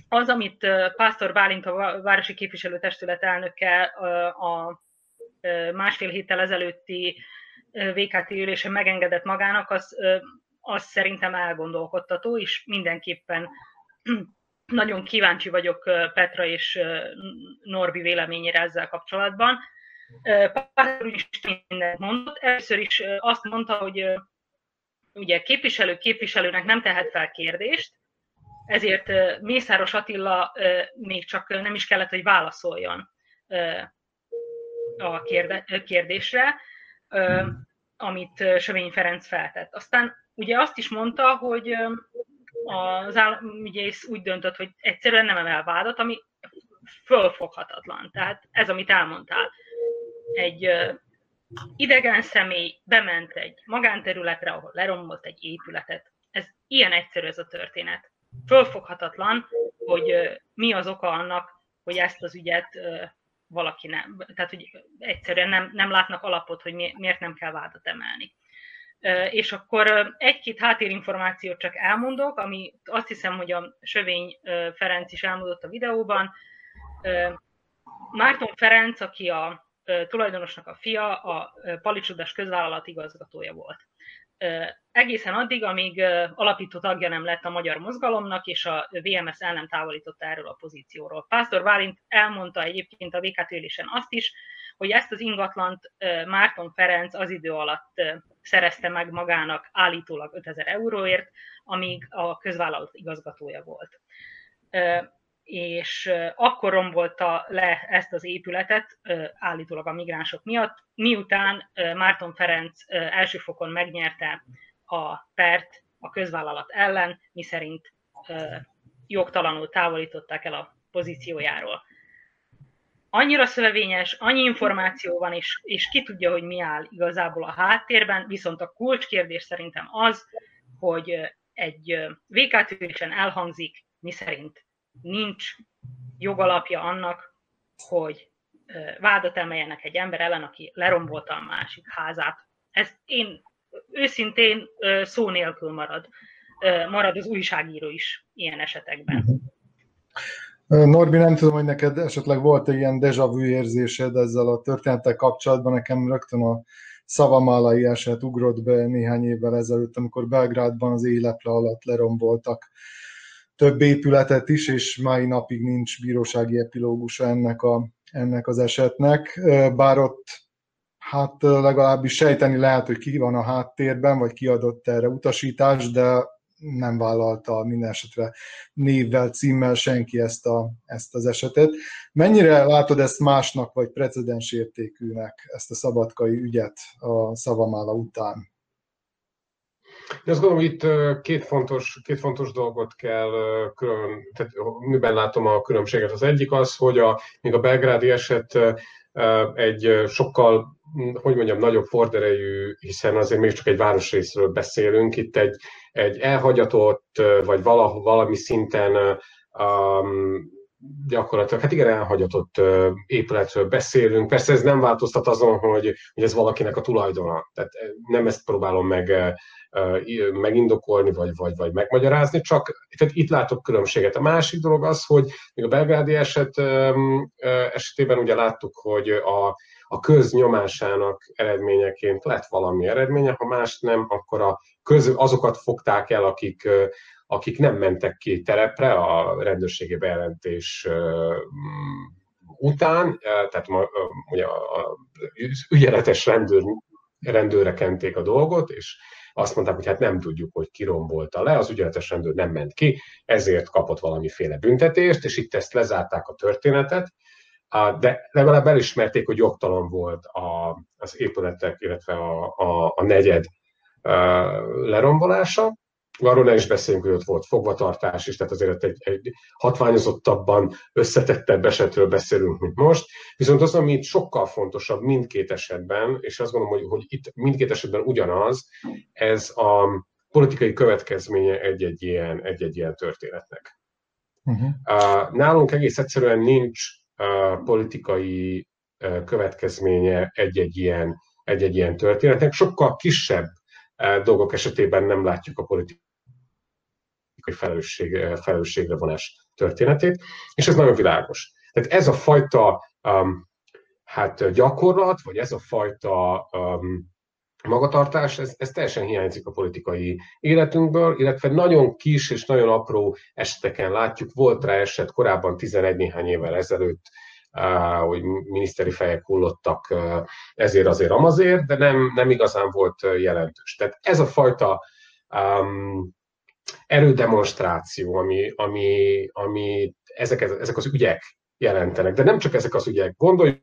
az, amit Pásztor Bálint, a Városi Képviselőtestület elnöke a másfél héttel ezelőtti vé ká té ülésen megengedett magának, az, az szerintem elgondolkodtató, és mindenképpen nagyon kíváncsi vagyok Petra és Norbi véleményére ezzel kapcsolatban. Pásztor is mindent mondott. Először is azt mondta, hogy ugye képviselő képviselőnek nem tehet fel kérdést, ezért Mészáros Attila még csak nem is kellett, hogy válaszoljon a kérdésre, amit Sövényi Ferenc feltett. Aztán ugye azt is mondta, hogy az államügyész úgy döntött, hogy egyszerűen nem emel vádat, ami fölfoghatatlan. Tehát ez, amit elmondtál. Egy idegen személy bement egy magánterületre, ahol lerombolt egy épületet. Ez ilyen egyszerű ez a történet. Fölfoghatatlan, hogy mi az oka annak, hogy ezt az ügyet valaki nem, tehát hogy egyszerűen nem, nem látnak alapot, hogy miért nem kell vádat emelni. És akkor egy-két háttérinformációt csak elmondok, ami azt hiszem, hogy a Sövény Ferenc is elmondott a videóban. Márton Ferenc, aki a tulajdonosnak a fia, a Palicsodas közvállalat igazgatója volt. Egészen addig, amíg alapító tagja nem lett a Magyar Mozgalomnak, és a vé em es el nem távolította erről a pozícióról. Pásztor Bálint elmondta egyébként a vé ká té ülésen azt is, hogy ezt az ingatlant Márton Ferenc az idő alatt szerezte meg magának állítólag ötezer euróért, amíg a közvállalat igazgatója volt. És akkor rombolta le ezt az épületet, állítólag a migránsok miatt, miután Márton Ferenc első fokon megnyerte a pert a közvállalat ellen, miszerint jogtalanul távolították el a pozíciójáról. Annyira szövevényes, annyi információ van, és, és ki tudja, hogy mi áll igazából a háttérben, viszont a kulcskérdés szerintem az, hogy egy vé ká té ülésen elhangzik, miszerint nincs jogalapja annak, hogy vádat emeljenek egy ember ellen, aki lerombolta a másik házát. Ez én őszintén szó nélkül marad. Marad az újságíró is ilyen esetekben. Norbi, nem tudom, hogy neked esetleg volt egy ilyen déjà vu érzésed ezzel a történettel kapcsolatban. Nekem rögtön a szavamálai eset ugrott be néhány évvel ezelőtt, amikor Belgrádban az éjleple alatt leromboltak több épületet is, és mai napig nincs bírósági epilógusa ennek, a, ennek az esetnek. Bár ott hát legalábbis sejteni lehet, hogy ki van a háttérben, vagy kiadott erre utasítást, de nem vállalta minden esetre névvel, címmel senki ezt, a, ezt az esetet. Mennyire látod ezt másnak, vagy precedens értékűnek, ezt a szabadkai ügyet a Szavamála után? Én azt gondolom, hogy itt két fontos, két fontos dolgot kell külön, tehát miben látom a különbséget. Az egyik az, hogy a, még a belgrádi eset egy sokkal, hogy mondjam, nagyobb horderejű, hiszen azért még csak egy városrészről beszélünk. Itt egy, egy elhagyatott, vagy valahol, valami szinten um, gyakorlatilag, hát igen, elhagyatott épületről beszélünk. Persze ez nem változtat azon, hogy, hogy ez valakinek a tulajdona. Tehát nem ezt próbálom meg megindokolni, vagy, vagy, vagy megmagyarázni, csak tehát itt látok különbséget. A másik dolog az, hogy még a belgrádi eset esetében ugye láttuk, hogy a, a köz nyomásának eredményeként lett valami eredménye, ha más nem, akkor a köz, azokat fogták el, akik, akik nem mentek ki terepre a rendőrségi bejelentés után, tehát ugye az ügyeletes rendőr, rendőrre kenték a dolgot, és azt mondták, hogy hát nem tudjuk, hogy ki rombolta le, az ügyeletes rendőr nem ment ki, ezért kapott valamiféle büntetést, és itt ezt lezárták a történetet, de legalább elismerték, hogy jogtalan volt a, az épületek, illetve a, a, a negyed lerombolása. Arról ne is beszéljünk, hogy ott volt fogvatartás is, tehát azért egy, egy hatványozottabban, összetettebb esetről beszélünk, mint most. Viszont az, ami itt sokkal fontosabb mindkét esetben, és azt gondolom, hogy, hogy itt mindkét esetben ugyanaz, ez a politikai következménye egy-egy ilyen, egy-egy ilyen történetnek. Uh-huh. Nálunk egész egyszerűen nincs uh, politikai uh, következménye egy-egy ilyen, egy-egy ilyen történetnek. Sokkal kisebb uh, dolgok esetében nem látjuk a politikai felelősség, felelősségre vonást. történetét, és ez nagyon világos. Tehát ez a fajta um, hát gyakorlat, vagy ez a fajta um, magatartás, ez, ez teljesen hiányzik a politikai életünkből, illetve nagyon kis és nagyon apró eseteken látjuk. Volt rá eset korábban tizenegy néhány évvel ezelőtt, uh, hogy miniszteri fejek hullottak uh, ezért azért amazért, de nem, nem igazán volt jelentős. Tehát ez a fajta um, erődemonstráció, ami, ami, ami ezek, ezek az ügyek jelentenek, de nem csak ezek az ügyek. Gondoljunk,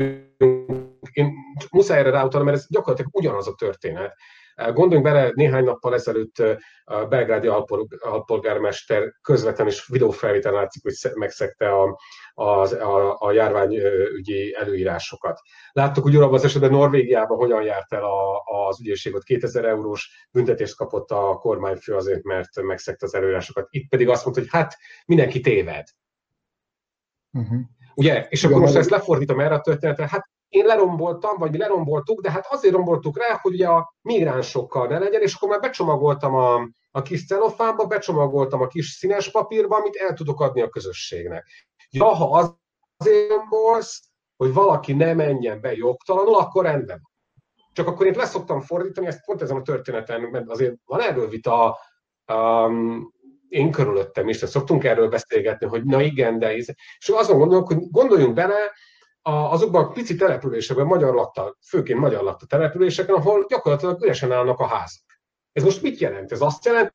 én muszáj erre ráutalni, mert ez gyakorlatilag ugyanaz a történet. Gondoljunk bele, néhány nappal ezelőtt a belgrádi alpolgármester közvetlen és videófelvételen látszik, hogy megszegte a, a, a, a járványügyi előírásokat. Láttuk ugyanabban az esetben Norvégiában hogyan járt el a, az ügyészség, ott kétezer eurós büntetést kapott a kormányfő azért, mert megszegte az előírásokat. Itt pedig azt mondta, hogy hát mindenki téved. Uh-huh. Ugye? És akkor most ezt lefordítom erre a történetre, hát én leromboltam, vagy mi leromboltuk, de hát azért romboltuk rá, hogy ugye a migránsokkal ne legyen, és akkor már becsomagoltam a, a kis celofánba, becsomagoltam a kis színes papírba, amit el tudok adni a közösségnek. Ja, ha azért rombolsz, hogy valaki ne menjen be jogtalanul, akkor rendben. Csak akkor én leszoktam fordítani, ezt pont ezen a történeten, mert azért van erről vita, um, én körülöttem is, tehát szoktunk erről beszélgetni, hogy na igen, de és azon gondolok, hogy gondoljunk bele azokban a pici településekben, magyar lakta, főként magyar lakta településeken, ahol gyakorlatilag üresen állnak a házak. Ez most mit jelent? Ez azt jelenti,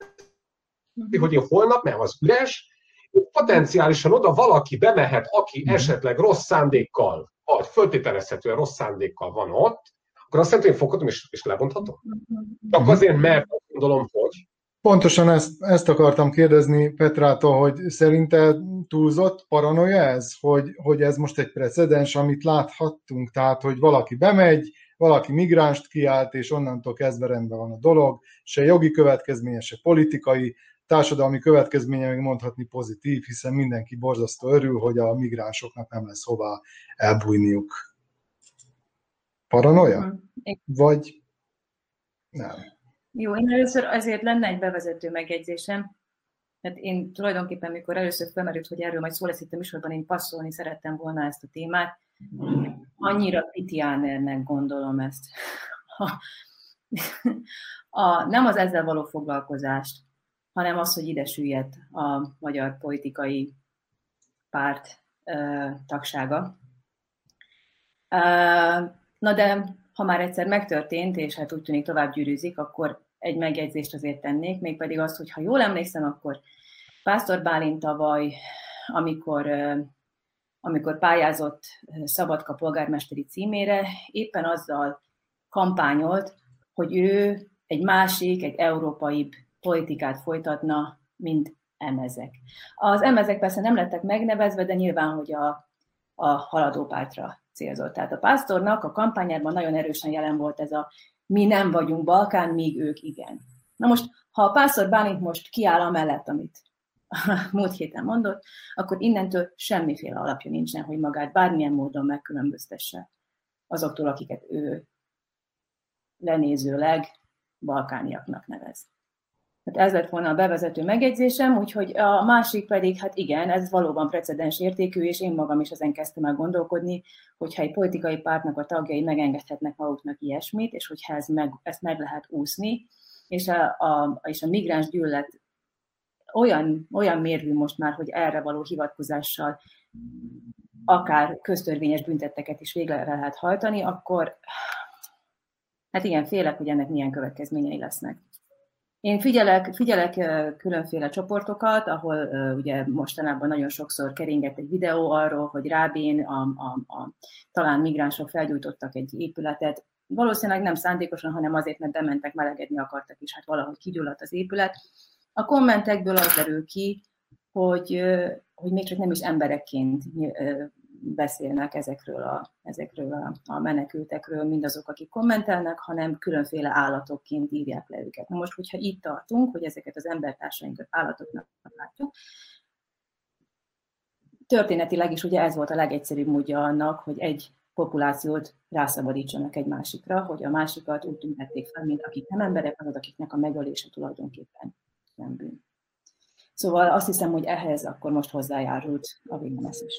hogy én holnap, mert az üres, potenciálisan oda valaki bemehet, aki esetleg rossz szándékkal, vagy föltételezhetően rossz szándékkal van ott, akkor azt jelenti, hogy én foghatom és, és lebonthatom. Csak azért, mert azt gondolom, hogy pontosan ezt, ezt akartam kérdezni Petrától, hogy szerinted túlzott paranoia ez, hogy, hogy ez most egy precedens, amit láthattunk, tehát hogy valaki bemegy, valaki migránst kiált, és onnantól kezdve rendben van a dolog, se jogi következménye, se politikai, társadalmi következménye még mondhatni pozitív, hiszen mindenki borzasztó örül, hogy a migránsoknak nem lesz hová elbújniuk. Paranoia? Vagy nem? Jó, én először azért lenne egy bevezető megjegyzésem. Hát én tulajdonképpen, mikor először felmerült, hogy erről majd szó lesz itt a műsorban, én passzolni szerettem volna ezt a témát. Annyira pitiánernek gondolom ezt. A, a, nem az ezzel való foglalkozást, hanem az, hogy ide süllyedt a magyar politikai párt ö, tagsága. Ö, na de ha már egyszer megtörtént, és hát úgy tűnik tovább gyűrűzik, akkor egy megjegyzést azért tennék, mégpedig azt, hogy ha jól emlékszem, akkor Pásztor Bálint tavaly, amikor, amikor pályázott Szabadka polgármesteri címére, éppen azzal kampányolt, hogy ő egy másik, egy európaibb politikát folytatna, mint emezek. Az emezek persze nem lettek megnevezve, de nyilván, hogy a, a haladó pártra célzott. Tehát a Pásztornak a kampányában nagyon erősen jelen volt ez a mi nem vagyunk Balkán, míg ők igen. Na most, ha a Pásztor Bálint most kiáll amellett, amit múlt héten mondott, akkor innentől semmiféle alapja nincsen, hogy magát bármilyen módon megkülönböztesse azoktól, akiket ő lenézőleg balkániaknak nevez. Hát ez lett volna a bevezető megjegyzésem, úgyhogy a másik pedig, hát igen, ez valóban precedens értékű, és én magam is ezen kezdtem el gondolkodni, hogyha egy politikai pártnak a tagjai megengedhetnek maguknak ilyesmit, és hogyha ez meg, ezt meg lehet úszni, és a, a, és a migráns gyűlölet olyan, olyan mérvű most már, hogy erre való hivatkozással akár köztörvényes büntetteket is végre lehet hajtani, akkor hát igen, félek, hogy ennek milyen következményei lesznek. Én figyelek, figyelek különféle csoportokat, ahol uh, ugye mostanában nagyon sokszor keringett egy videó arról, hogy Rábén a, a, a, talán migránsok felgyújtottak egy épületet. Valószínűleg nem szándékosan, hanem azért, mert bementek, melegedni akartak, és hát valahogy kigyulladt az épület. A kommentekből az derül ki, hogy, hogy még csak nem is emberekként beszélnek ezekről a, ezekről a, a menekültekről, mindazok, akik kommentelnek, hanem különféle állatokként írják le őket. Na most, hogyha itt tartunk, hogy ezeket az embertársainkat állatoknak látjuk, történetileg is ugye ez volt a legegyszerűbb módja annak, hogy egy populációt rászabadítsanak egy másikra, hogy a másikat úgy tüntették fel, mint akik nem emberek, azok, akiknek a megölése tulajdonképpen nem bűn. Szóval azt hiszem, hogy ehhez akkor most hozzájárult a Vilnius is.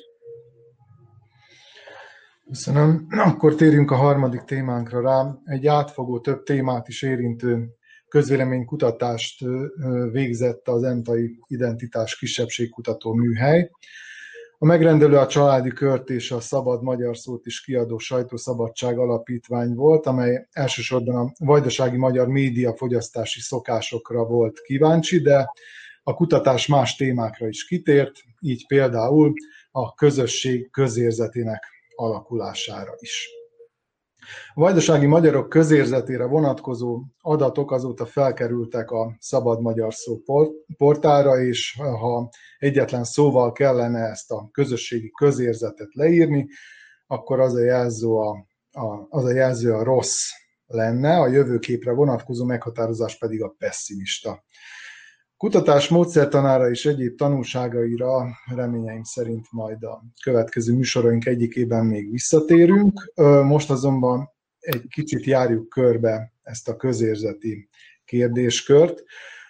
Köszönöm. Akkor térjünk a harmadik témánkra rá. Egy átfogó, több témát is érintő közvéleménykutatást végzett az Entai Identitás Kisebbségkutató Műhely. A megrendelő a Családi Kört és a Szabad Magyar Szót is kiadó Sajtószabadság Alapítvány volt, amely elsősorban a vajdasági magyar média fogyasztási szokásokra volt kíváncsi, de a kutatás más témákra is kitért, így például a közösség közérzetének alakulására is. A vajdasági magyarok közérzetére vonatkozó adatok azóta felkerültek a Szabad Magyar Szó portálra, és ha egyetlen szóval kellene ezt a közösségi közérzetet leírni, akkor az a jelző a, a, az a, jelző a rossz lenne, a jövőképre vonatkozó meghatározás pedig a pesszimista. Kutatás módszertanára és egyéb tanulságaira reményeim szerint majd a következő műsoraink egyikében még visszatérünk. Most azonban egy kicsit járjuk körbe ezt a közérzeti kérdéskört.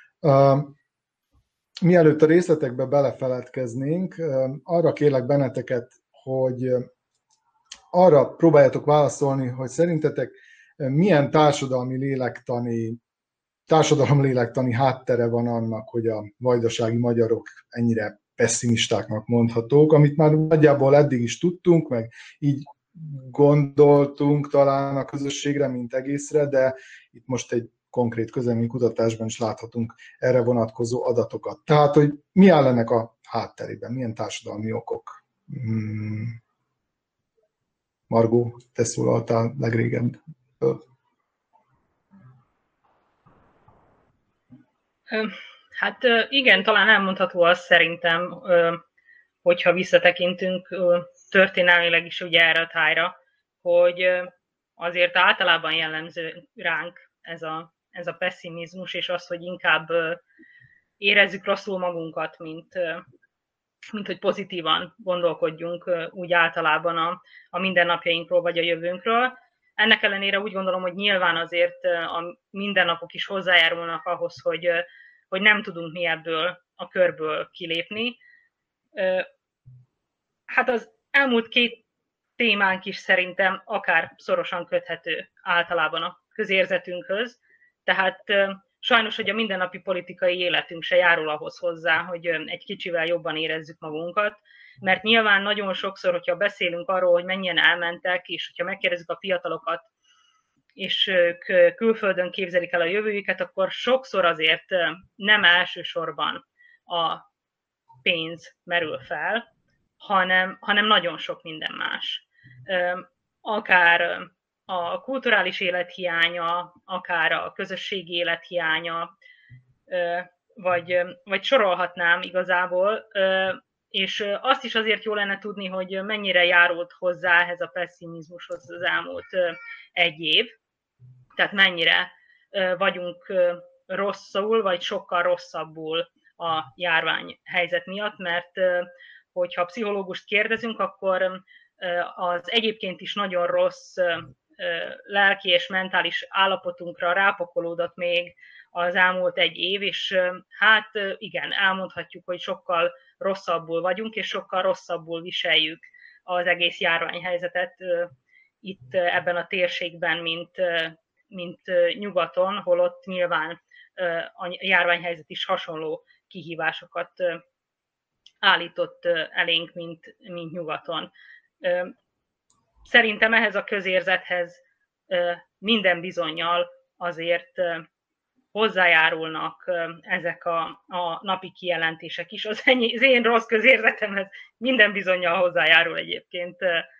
Mielőtt a részletekbe belefeledkeznénk, arra kérlek benneteket, hogy arra próbáljátok válaszolni, hogy szerintetek milyen társadalmi lélektani társadalomlélektani háttere van annak, hogy a vajdasági magyarok ennyire pesszimistáknak mondhatók, amit már nagyjából eddig is tudtunk, meg így gondoltunk talán a közösségre, mint egészre, de itt most egy konkrét közvéleménykutatásban is láthatunk erre vonatkozó adatokat. Tehát, hogy mi áll ennek a hátterében, milyen társadalmi okok? Hmm. Margó, te szólaltál legrégebb. Hát igen, talán elmondható az szerintem, hogyha visszatekintünk történelmileg is ugye erre a tájra, hogy azért általában jellemző ránk ez a, ez a pessimizmus, és az, hogy inkább érezzük rosszul magunkat, mint, mint hogy pozitívan gondolkodjunk úgy általában a, a mindennapjainkról vagy a jövőnkről. Ennek ellenére úgy gondolom, hogy nyilván azért a mindennapok is hozzájárulnak ahhoz, hogy, hogy nem tudunk mi ebből a körből kilépni. Hát az elmúlt két témánk is szerintem akár szorosan köthető általában a közérzetünkhöz, tehát sajnos, hogy a mindennapi politikai életünk se járul ahhoz hozzá, hogy egy kicsivel jobban érezzük magunkat, mert nyilván nagyon sokszor, hogyha beszélünk arról, hogy mennyien elmentek, és hogyha megkérdezzük a fiatalokat, és ők külföldön képzelik el a jövőjüket, akkor sokszor azért nem elsősorban a pénz merül fel, hanem, hanem nagyon sok minden más. Akár a kulturális élet hiánya, akár a közösségi élet hiánya, vagy, vagy sorolhatnám igazából, és azt is azért jó lenne tudni, hogy mennyire járult hozzá ehhez a pessimizmushoz az elmúlt egy év, tehát mennyire vagyunk rosszul, vagy sokkal rosszabbul a járványhelyzet miatt, mert hogyha pszichológust kérdezünk, akkor az egyébként is nagyon rossz lelki és mentális állapotunkra rápakolódott még az elmúlt egy év, és hát igen, elmondhatjuk, hogy sokkal rosszabbul vagyunk, és sokkal rosszabbul viseljük az egész járványhelyzetet itt ebben a térségben, mint, mint nyugaton, holott nyilván a járványhelyzet is hasonló kihívásokat állított elénk, mint, mint nyugaton. Szerintem ehhez a közérzethez minden bizonnyal azért hozzájárulnak ezek a, a napi kijelentések is. Az, ennyi, az én rossz közérzetemhez minden bizonnyal hozzájárul egyébként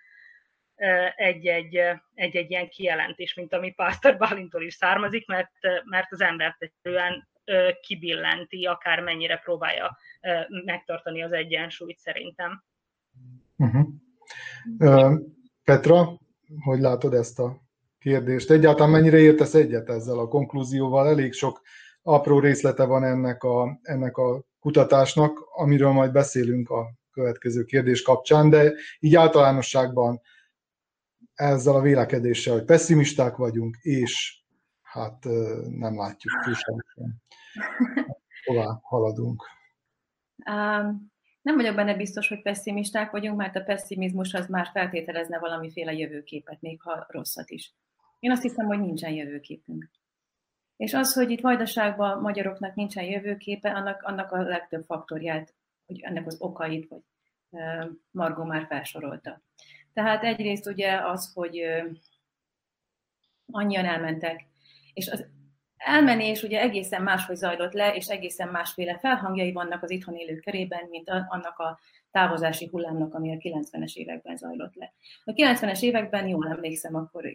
egy-egy, egy-egy ilyen kijelentés, mint ami Pásztor Bálintól is származik, mert, mert az embert egyszerűen kibillenti, akár mennyire próbálja megtartani az egyensúlyt szerintem. Uh-huh. Uh, Petra, hogy látod ezt a kérdést? Egyáltalán mennyire értesz egyet ezzel a konklúzióval? Elég sok apró részlete van ennek a, ennek a kutatásnak, amiről majd beszélünk a következő kérdés kapcsán, de így általánosságban ezzel a vélekedéssel, hogy pesszimisták vagyunk, és hát nem látjuk túlságosan, hová haladunk. Nem vagyok benne biztos, hogy pesszimisták vagyunk, mert a pessimizmus az már feltételezne valamiféle jövőképet, még ha rosszat is. Én azt hiszem, hogy nincsen jövőképünk. És az, hogy itt Vajdaságban magyaroknak nincsen jövőképe, annak, annak a legtöbb faktorját, hogy ennek az okait, vagy Margó már felsorolta. Tehát egyrészt ugye az, hogy annyian elmentek, és az elmenés ugye egészen máshogy zajlott le, és egészen másféle felhangjai vannak az itthon élők körében, mint annak a távozási hullámnak, ami a kilencvenes években zajlott le. A kilencvenes években, jól emlékszem, akkor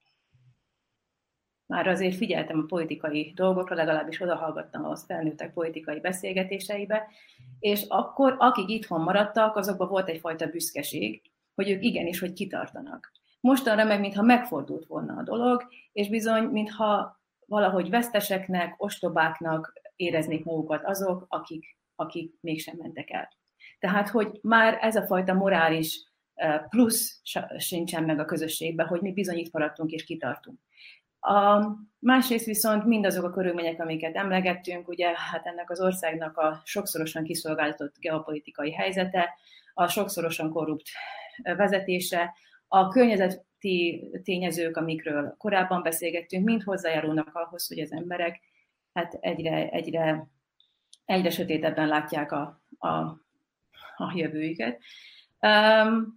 már azért figyeltem a politikai dolgokra, legalábbis odahallgattam a felnőttek politikai beszélgetéseibe, és akkor, akik itthon maradtak, azokban volt egyfajta büszkeség, hogy ők igenis, hogy kitartanak. Mostanra meg, mintha megfordult volna a dolog, és bizony, mintha valahogy veszteseknek, ostobáknak éreznék magukat azok, akik, akik mégsem mentek el. Tehát, hogy már ez a fajta morális plusz sincsen meg a közösségben, hogy mi bizony itt maradtunk és kitartunk. A másrészt viszont mindazok a körülmények, amiket emlegettünk, ugye hát ennek az országnak a sokszorosan kiszolgáltatott geopolitikai helyzete, a sokszorosan korrupt vezetése, a környezeti tényezők, amikről korábban beszélgettünk, mind hozzájárulnak ahhoz, hogy az emberek hát egyre, egyre, egyre sötétebben látják a, a, a jövőjüket. Um,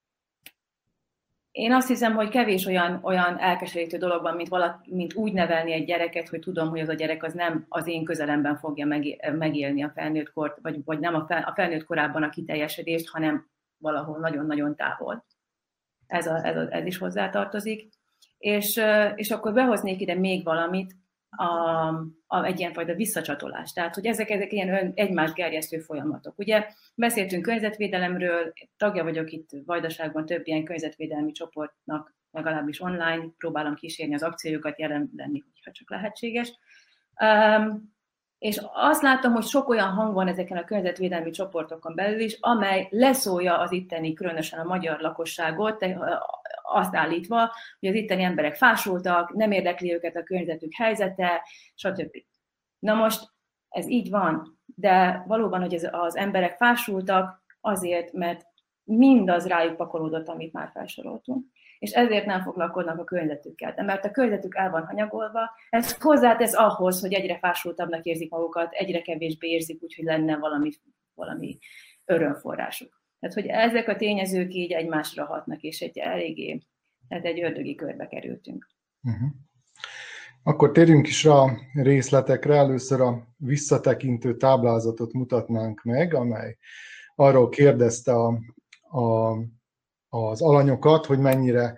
Én azt hiszem, hogy kevés olyan, olyan elkeserítő dolog van, mint, vala, mint úgy nevelni egy gyereket, hogy tudom, hogy az a gyerek az nem az én közelemben fogja megélni a felnőtt kort, vagy, vagy nem a, fel, a felnőtt korában a kiteljesedést, hanem valahol nagyon-nagyon távol. Ez, a, ez, a, ez is hozzátartozik. És, és akkor behoznék ide még valamit, a, a, egy ilyenfajta visszacsatolás. Tehát, hogy ezek, ezek ilyen ön, egymást gerjesztő folyamatok. Ugye beszéltünk környezetvédelemről, tagja vagyok itt Vajdaságban több ilyen környezetvédelmi csoportnak, legalábbis online, próbálom kísérni az akciójukat, jelen lenni, ha csak lehetséges. Um, és azt látom, hogy sok olyan hang van ezeken a környezetvédelmi csoportokon belül is, amely leszólja az itteni, különösen a magyar lakosságot, azt állítva, hogy az itteni emberek fásultak, nem érdekli őket a környezetük helyzete, stb. Na most ez így van, de valóban, hogy ez az emberek fásultak azért, mert mindaz rájuk pakolódott, amit már felsoroltunk. És ezért nem foglalkoznak a környezetükkel. De mert a környezetük el van hanyagolva, ez hozzátesz ahhoz, hogy egyre fásultabbnak érzik magukat, egyre kevésbé érzik, úgyhogy lenne valami, valami örömforrásuk. Tehát, hogy ezek a tényezők így egymásra hatnak, és egy eléggé, tehát egy ördögi körbe kerültünk. Uh-huh. Akkor térjünk is rá a részletekre. Először a visszatekintő táblázatot mutatnánk meg, amely arról kérdezte a, a, az alanyokat, hogy mennyire,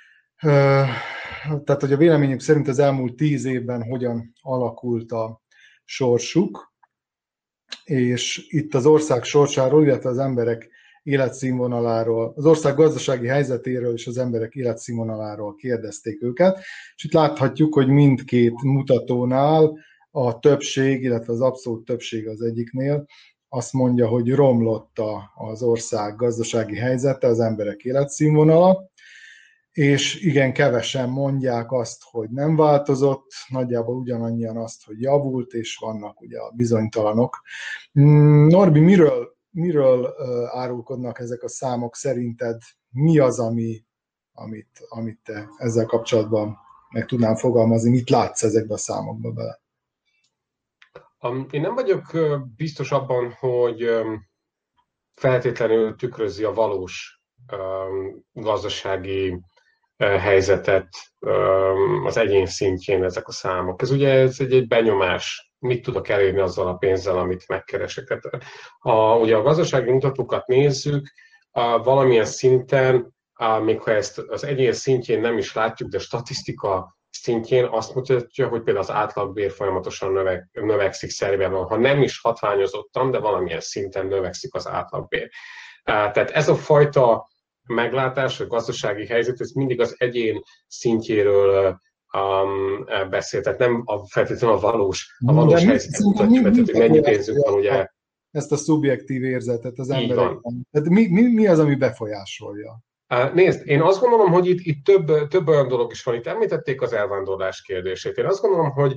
tehát hogy a véleményük szerint az elmúlt tíz évben hogyan alakult a sorsuk, és itt az ország sorsáról, illetve az emberek életszínvonaláról, az ország gazdasági helyzetéről és az emberek életszínvonaláról kérdezték őket, és itt láthatjuk, hogy mindkét mutatónál a többség, illetve az abszolút többség az egyiknél azt mondja, hogy romlott az ország gazdasági helyzete, az emberek életszínvonala, és igen, kevesen mondják azt, hogy nem változott, nagyjából ugyanannyian azt, hogy javult, és vannak ugye a bizonytalanok. Norbi, miről Miről uh, árulkodnak ezek a számok szerinted? Mi az, ami, amit, amit te ezzel kapcsolatban meg tudnám fogalmazni? Mit látsz ezekbe a számokba bele? Um, én nem vagyok uh, biztos abban, hogy um, feltétlenül tükrözi a valós um, gazdasági uh, helyzetet um, az egyén szintjén ezek a számok. Ez ugye ez egy, egy benyomás. Mit tudok elérni azzal a pénzzel, amit megkeresek. A, ugye a gazdasági mutatókat nézzük, a, valamilyen szinten, a, még ha ezt az egyén szintjén nem is látjuk, de statisztika szintjén azt mutatja, hogy például az átlagbér folyamatosan növek, növekszik Szerbiában, ha nem is hatványozottan, de valamilyen szinten növekszik az átlagbér. Tehát ez a fajta meglátás, a gazdasági helyzet, ez mindig az egyén szintjéről Um, beszél, tehát nem a, feltétlenül a valós, a valós helyzetet mutatja, mert mennyi pénzünk van, ugye. Ezt a szubjektív érzetet az emberekben. Tehát mi, mi, mi az, ami befolyásolja? Uh, nézd, én azt gondolom, hogy itt, itt több, több olyan dolog is van. Itt említették az elvándorlás kérdését. Én azt gondolom, hogy,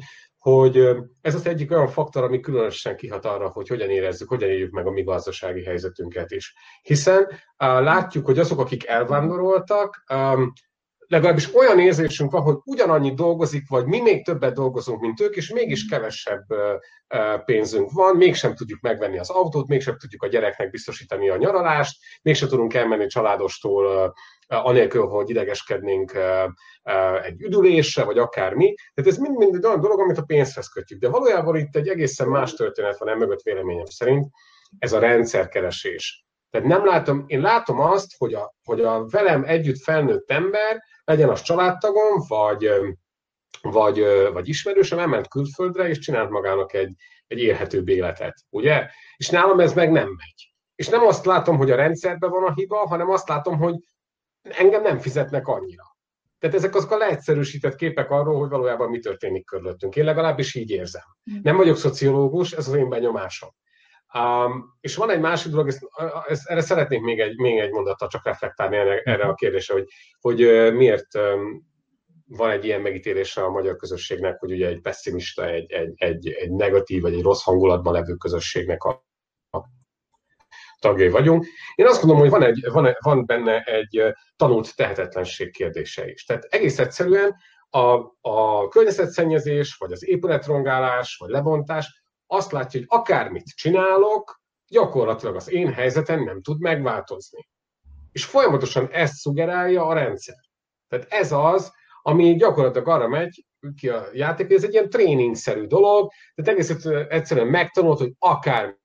hogy ez az egyik olyan faktor, ami különösen kihat arra, hogy hogyan érezzük, hogyan éljük meg a mi gazdasági helyzetünket is. Hiszen uh, látjuk, hogy azok, akik elvándoroltak, um, legalábbis olyan érzésünk van, hogy ugyanannyit dolgozik, vagy mi még többet dolgozunk, mint ők, és mégis kevesebb pénzünk van, mégsem tudjuk megvenni az autót, mégsem tudjuk a gyereknek biztosítani a nyaralást, mégsem tudunk elmenni családostól anélkül, hogy idegeskednénk egy üdülésre, vagy akármi. Tehát ez mind-mind egy olyan dolog, amit a pénzhez kötjük. De valójában itt egy egészen más történet van emögött véleményem szerint, ez a rendszerkeresés. Tehát nem látom, én látom azt, hogy a, hogy a velem együtt felnőtt ember, legyen az családtagom, vagy, vagy, vagy ismerősöm, elment külföldre, és csinált magának egy, egy élhetőbb életet, ugye? És nálam ez meg nem megy. És nem azt látom, hogy a rendszerben van a hiba, hanem azt látom, hogy engem nem fizetnek annyira. Tehát ezek azok a leegyszerűsített képek arról, hogy valójában mi történik körülöttünk. Én legalábbis így érzem. Nem vagyok szociológus, ez az én benyomásom. Um, és van egy másik dolog, ezt, ezt, erre szeretnék még egy, még egy mondattal csak reflektálni erre, erre a kérdésre, hogy, hogy uh, miért um, van egy ilyen megítélése a magyar közösségnek, hogy ugye egy pessimista, egy, egy, egy, egy negatív, vagy egy rossz hangulatban levő közösségnek a, a tagjai vagyunk. Én azt gondolom, hogy van, egy, van, van benne egy tanult tehetetlenség kérdése is. Tehát egész egyszerűen a, a környezetszennyezés, vagy az épületrongálás, vagy lebontás azt látja, hogy akármit csinálok, gyakorlatilag az én helyzetem nem tud megváltozni. És folyamatosan ezt szuggerálja a rendszer. Tehát ez az, ami gyakorlatilag arra megy ki a játék, ez egy ilyen tréningszerű dolog, tehát egész egyszerűen megtanulod, hogy akármit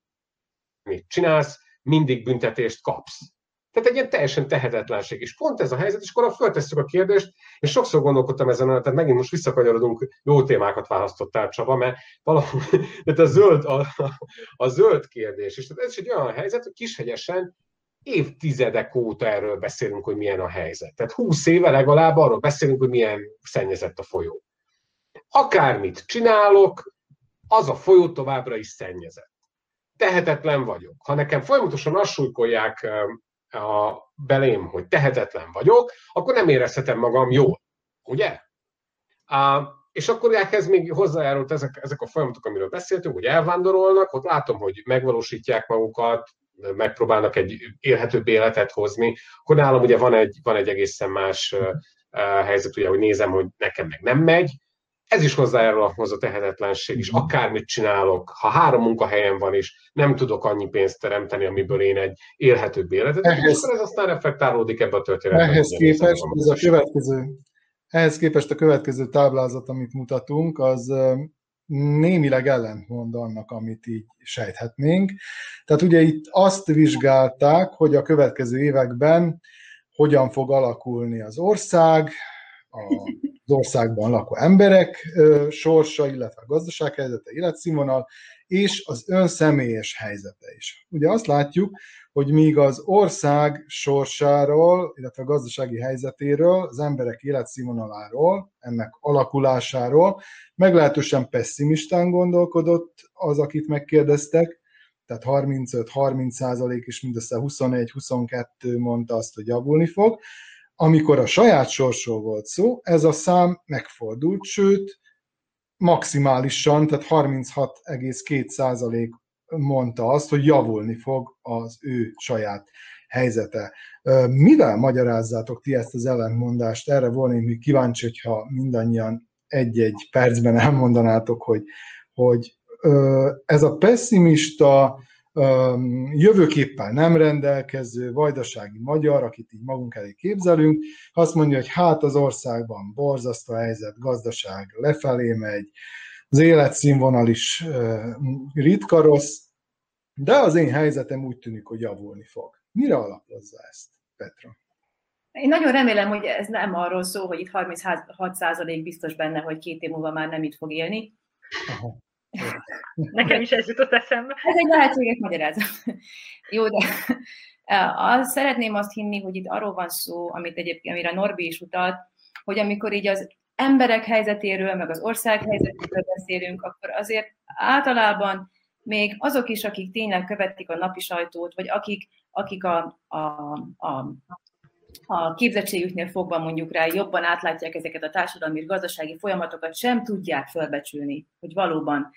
csinálsz, mindig büntetést kapsz. Tehát egy ilyen teljesen tehetetlenség. És pont ez a helyzet, és akkor föltesszük a kérdést, és sokszor gondolkodtam ezen, tehát megint most visszakanyarodunk, jó témákat választottál, Csaba, mert valahol, tehát a zöld, a, a zöld kérdés, és tehát ez is egy olyan helyzet, hogy Kishegyesen évtizedek óta erről beszélünk, hogy milyen a helyzet. Tehát húsz éve legalább arról beszélünk, hogy milyen szennyezett a folyó. Akármit csinálok, az a folyó továbbra is szennyezett. Tehetetlen vagyok. Ha nekem folyamatosan azt súlykolják a belém, hogy tehetetlen vagyok, akkor nem érezhetem magam jól. Ugye? Uh, és akkor ehhez még hozzájárult ezek, ezek a folyamatok, amiről beszéltünk, hogy elvándorolnak, ott látom, hogy megvalósítják magukat, megpróbálnak egy élhetőbb életet hozni, akkor nálam ugye van egy, van egy egészen más uh, uh, helyzet, ugye, hogy nézem, hogy nekem meg nem megy. Ez is hozzájárul ahhoz a tehetetlenség is. Akármit csinálok, ha három munkahelyen van is, nem tudok annyi pénzt teremteni, amiből én egy élhetőbb életet. Ehhez, és ez aztán reflektálódik ebbe a történetben. Ehhez képest, ez a következő, ehhez képest a következő táblázat, amit mutatunk, az némileg ellentmond annak, amit így sejthetnénk. Tehát ugye itt azt vizsgálták, hogy a következő években hogyan fog alakulni az ország, az országban lakó emberek sorsa, illetve a gazdasághelyzete, életszínvonal, és az ön személyes helyzete is. Ugye azt látjuk, hogy míg az ország sorsáról, illetve a gazdasági helyzetéről, az emberek életszínvonaláról, ennek alakulásáról meglehetősen pessimistán gondolkodott az, akit megkérdeztek, tehát harmincöt-harminc százalék és mindössze huszonegy-huszonkettő mondta azt, hogy javulni fog. Amikor a saját sorsról volt szó, ez a szám megfordult, sőt, maximálisan, tehát harminchat egész két százalék mondta azt, hogy javulni fog az ő saját helyzete. Mivel magyarázzátok ti ezt az ellentmondást? Erre volnék még kíváncsi, hogyha mindannyian egy-egy percben elmondanátok, hogy, hogy ez a pessimista, jövőképpel nem rendelkező vajdasági magyar, akit így magunk elé képzelünk, azt mondja, hogy hát az országban borzasztó helyzet, gazdaság lefelé megy, az életszínvonal is ritka rossz, de az én helyzetem úgy tűnik, hogy javulni fog. Mire alapozza ezt, Petra? Én nagyon remélem, hogy ez nem arról szól, hogy itt harminchat százalék biztos benne, hogy két év múlva már nem itt fog élni. Aha. Nekem is ez jutott eszembe. Ez egy lehetséges magyarázat. Jó, de azt szeretném azt hinni, hogy itt arról van szó, amit egyébként, amire Norbi is utalt, hogy amikor így az emberek helyzetéről, meg az ország helyzetéről beszélünk, akkor azért általában még azok is, akik tényleg követik a napi sajtót, vagy akik, akik a, a, a a képzettségüknél fogva mondjuk rá jobban átlátják ezeket a társadalmi és gazdasági folyamatokat, sem tudják fölbecsülni, hogy valóban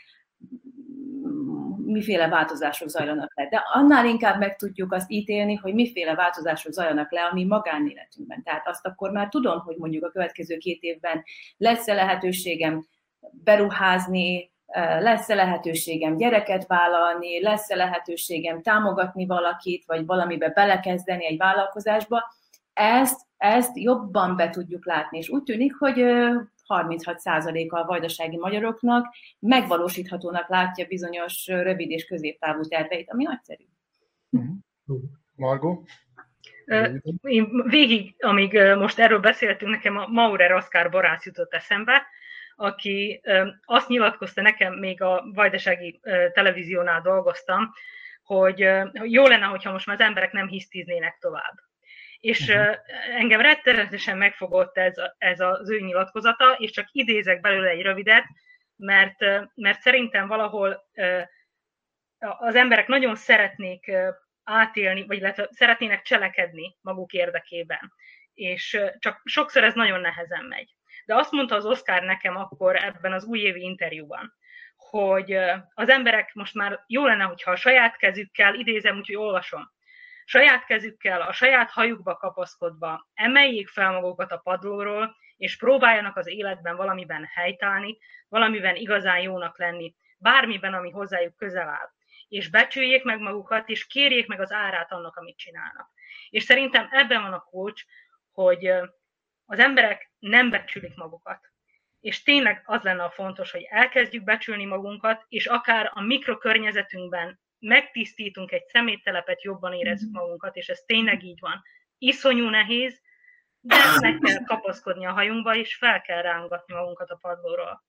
miféle változások zajlanak le. De annál inkább meg tudjuk azt ítélni, hogy miféle változások zajlanak le a mi magánéletünkben. Tehát azt akkor már tudom, hogy mondjuk a következő két évben lesz-e lehetőségem beruházni, lesz-e lehetőségem gyereket vállalni, lesz-e lehetőségem támogatni valakit, vagy valamibe belekezdeni egy vállalkozásba. Ezt, ezt jobban be tudjuk látni, és úgy tűnik, hogy harminchat százaléka a vajdasági magyaroknak megvalósíthatónak látja bizonyos rövid és középtávú terveit, ami nagyszerű. Margó? Én végig, amíg most erről beszéltünk, nekem a Maurer Oszkár Borász jutott eszembe, aki azt nyilatkozta nekem, még a vajdasági televíziónál dolgoztam, hogy jó lenne, hogyha most már az emberek nem hisztiznének tovább. És uh-huh. engem rettenetesen megfogott ez, ez az ő nyilatkozata, és csak idézek belőle egy rövidet, mert, mert szerintem valahol az emberek nagyon szeretnék átélni, vagy illetve szeretnének cselekedni maguk érdekében. És csak sokszor ez nagyon nehezen megy. De azt mondta az Oszkár nekem akkor ebben az újévi interjúban, hogy az emberek most már jó lenne, hogyha a saját kezükkel, idézem, úgyhogy olvasom, saját kezükkel, a saját hajukba kapaszkodva emeljék fel magukat a padlóról, és próbáljanak az életben valamiben helytállni, valamiben igazán jónak lenni, bármiben, ami hozzájuk közel áll. És becsüljék meg magukat, és kérjék meg az árát annak, amit csinálnak. És szerintem ebben van a kulcs, hogy az emberek nem becsülik magukat. És tényleg az lenne a fontos, hogy elkezdjük becsülni magunkat, és akár a mikrokörnyezetünkben megtisztítunk egy szeméttelepet, jobban érezzük magunkat, és ez tényleg így van. Iszonyú nehéz, de meg kell kapaszkodni a hajunkba, és fel kell rángatni magunkat a padlóról.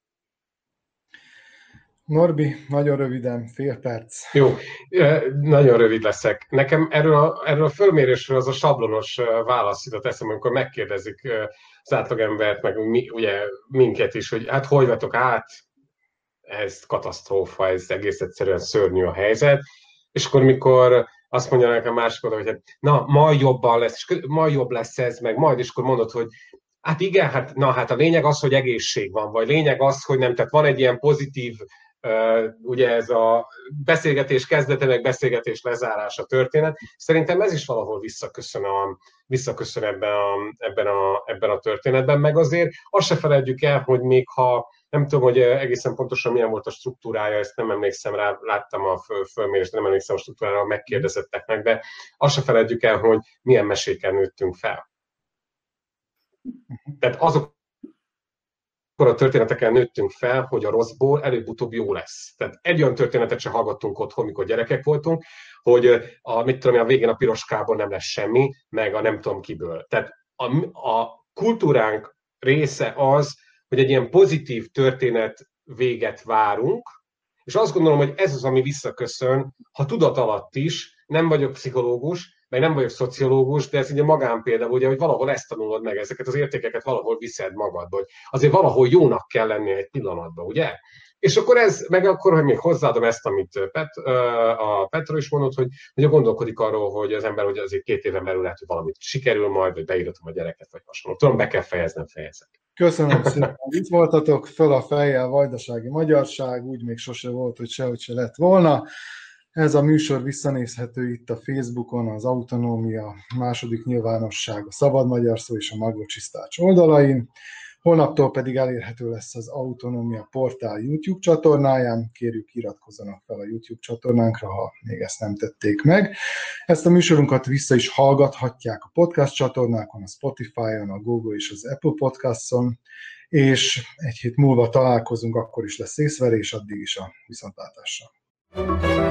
Norbi, nagyon röviden, fél perc. Jó, nagyon rövid leszek. Nekem erről a, erről a fölmérésről az a sablonos válasz jutott eszembe, amikor megkérdezik az átlagembert, meg mi, ugye minket is, hogy hát hogy vettek át, ez katasztrófa, ez egész egyszerűen szörnyű a helyzet, és akkor mikor azt mondja nekem másik oda, hogy hát, na, majd jobban lesz, majd jobb lesz ez, meg majd, és akkor mondod, hogy hát igen, hát, na, hát a lényeg az, hogy egészség van, vagy lényeg az, hogy nem, tehát van egy ilyen pozitív, uh, ugye ez a beszélgetés kezdete, meg beszélgetés lezárása történet. Szerintem ez is valahol visszaköszön, a, visszaköszön ebben, a, ebben, a, ebben a történetben, meg azért azt se felejtjük el, hogy még ha nem tudom, hogy egészen pontosan milyen volt a struktúrája, ezt nem emlékszem rá, láttam a föl, fölmérést, nem emlékszem a struktúrára, megkérdezetteknek, de azt se felejtjük el, hogy milyen meséken nőttünk fel. Tehát azok a történeteken nőttünk fel, hogy a rosszból előbb-utóbb jó lesz. Tehát egy olyan történetet se hallgattunk otthon, mikor gyerekek voltunk, hogy a, mit tudom, a végén a piroskából nem lesz semmi, meg a nem tudom kiből. Tehát a, a kultúránk része az, hogy egy ilyen pozitív történet véget várunk, és azt gondolom, hogy ez az, ami visszaköszön, ha tudat alatt is, nem vagyok pszichológus, meg nem vagyok szociológus, de ez ugye magánpélda, ugye, hogy valahol ezt tanulod meg, ezeket az értékeket valahol viszed magadba, hogy azért valahol jónak kell lennie egy pillanatban, ugye? És akkor ez, meg akkor, hogy még hozzáadom ezt, amit Pet, a Petra is mondott, hogy, hogy gondolkodik arról, hogy az ember, hogy azért két éven belül lehet, hogy valamit sikerül majd, vagy beíratom a gyereket, vagy hasonló. Tudom, be kell fejeznem, fejezek. Köszönöm szépen, hogy itt voltatok, föl a fejjel, vajdasági magyarság, úgy még sose volt, hogy sehogy se lett volna. Ez a műsor visszanézhető itt a Facebookon, az Autonómia második nyilvánosság, a Szabad Magyar Szó és a Maglocsisztács oldalain. Holnaptól pedig elérhető lesz az Autonómia portál YouTube csatornáján. Kérjük, iratkozzanak fel a YouTube csatornánkra, ha még ezt nem tették meg. Ezt a műsorunkat vissza is hallgathatják a podcast csatornákon, a Spotify-on, a Google és az Apple Podcast-on, és egy hét múlva találkozunk, akkor is lesz észverés, addig is a viszontlátásra.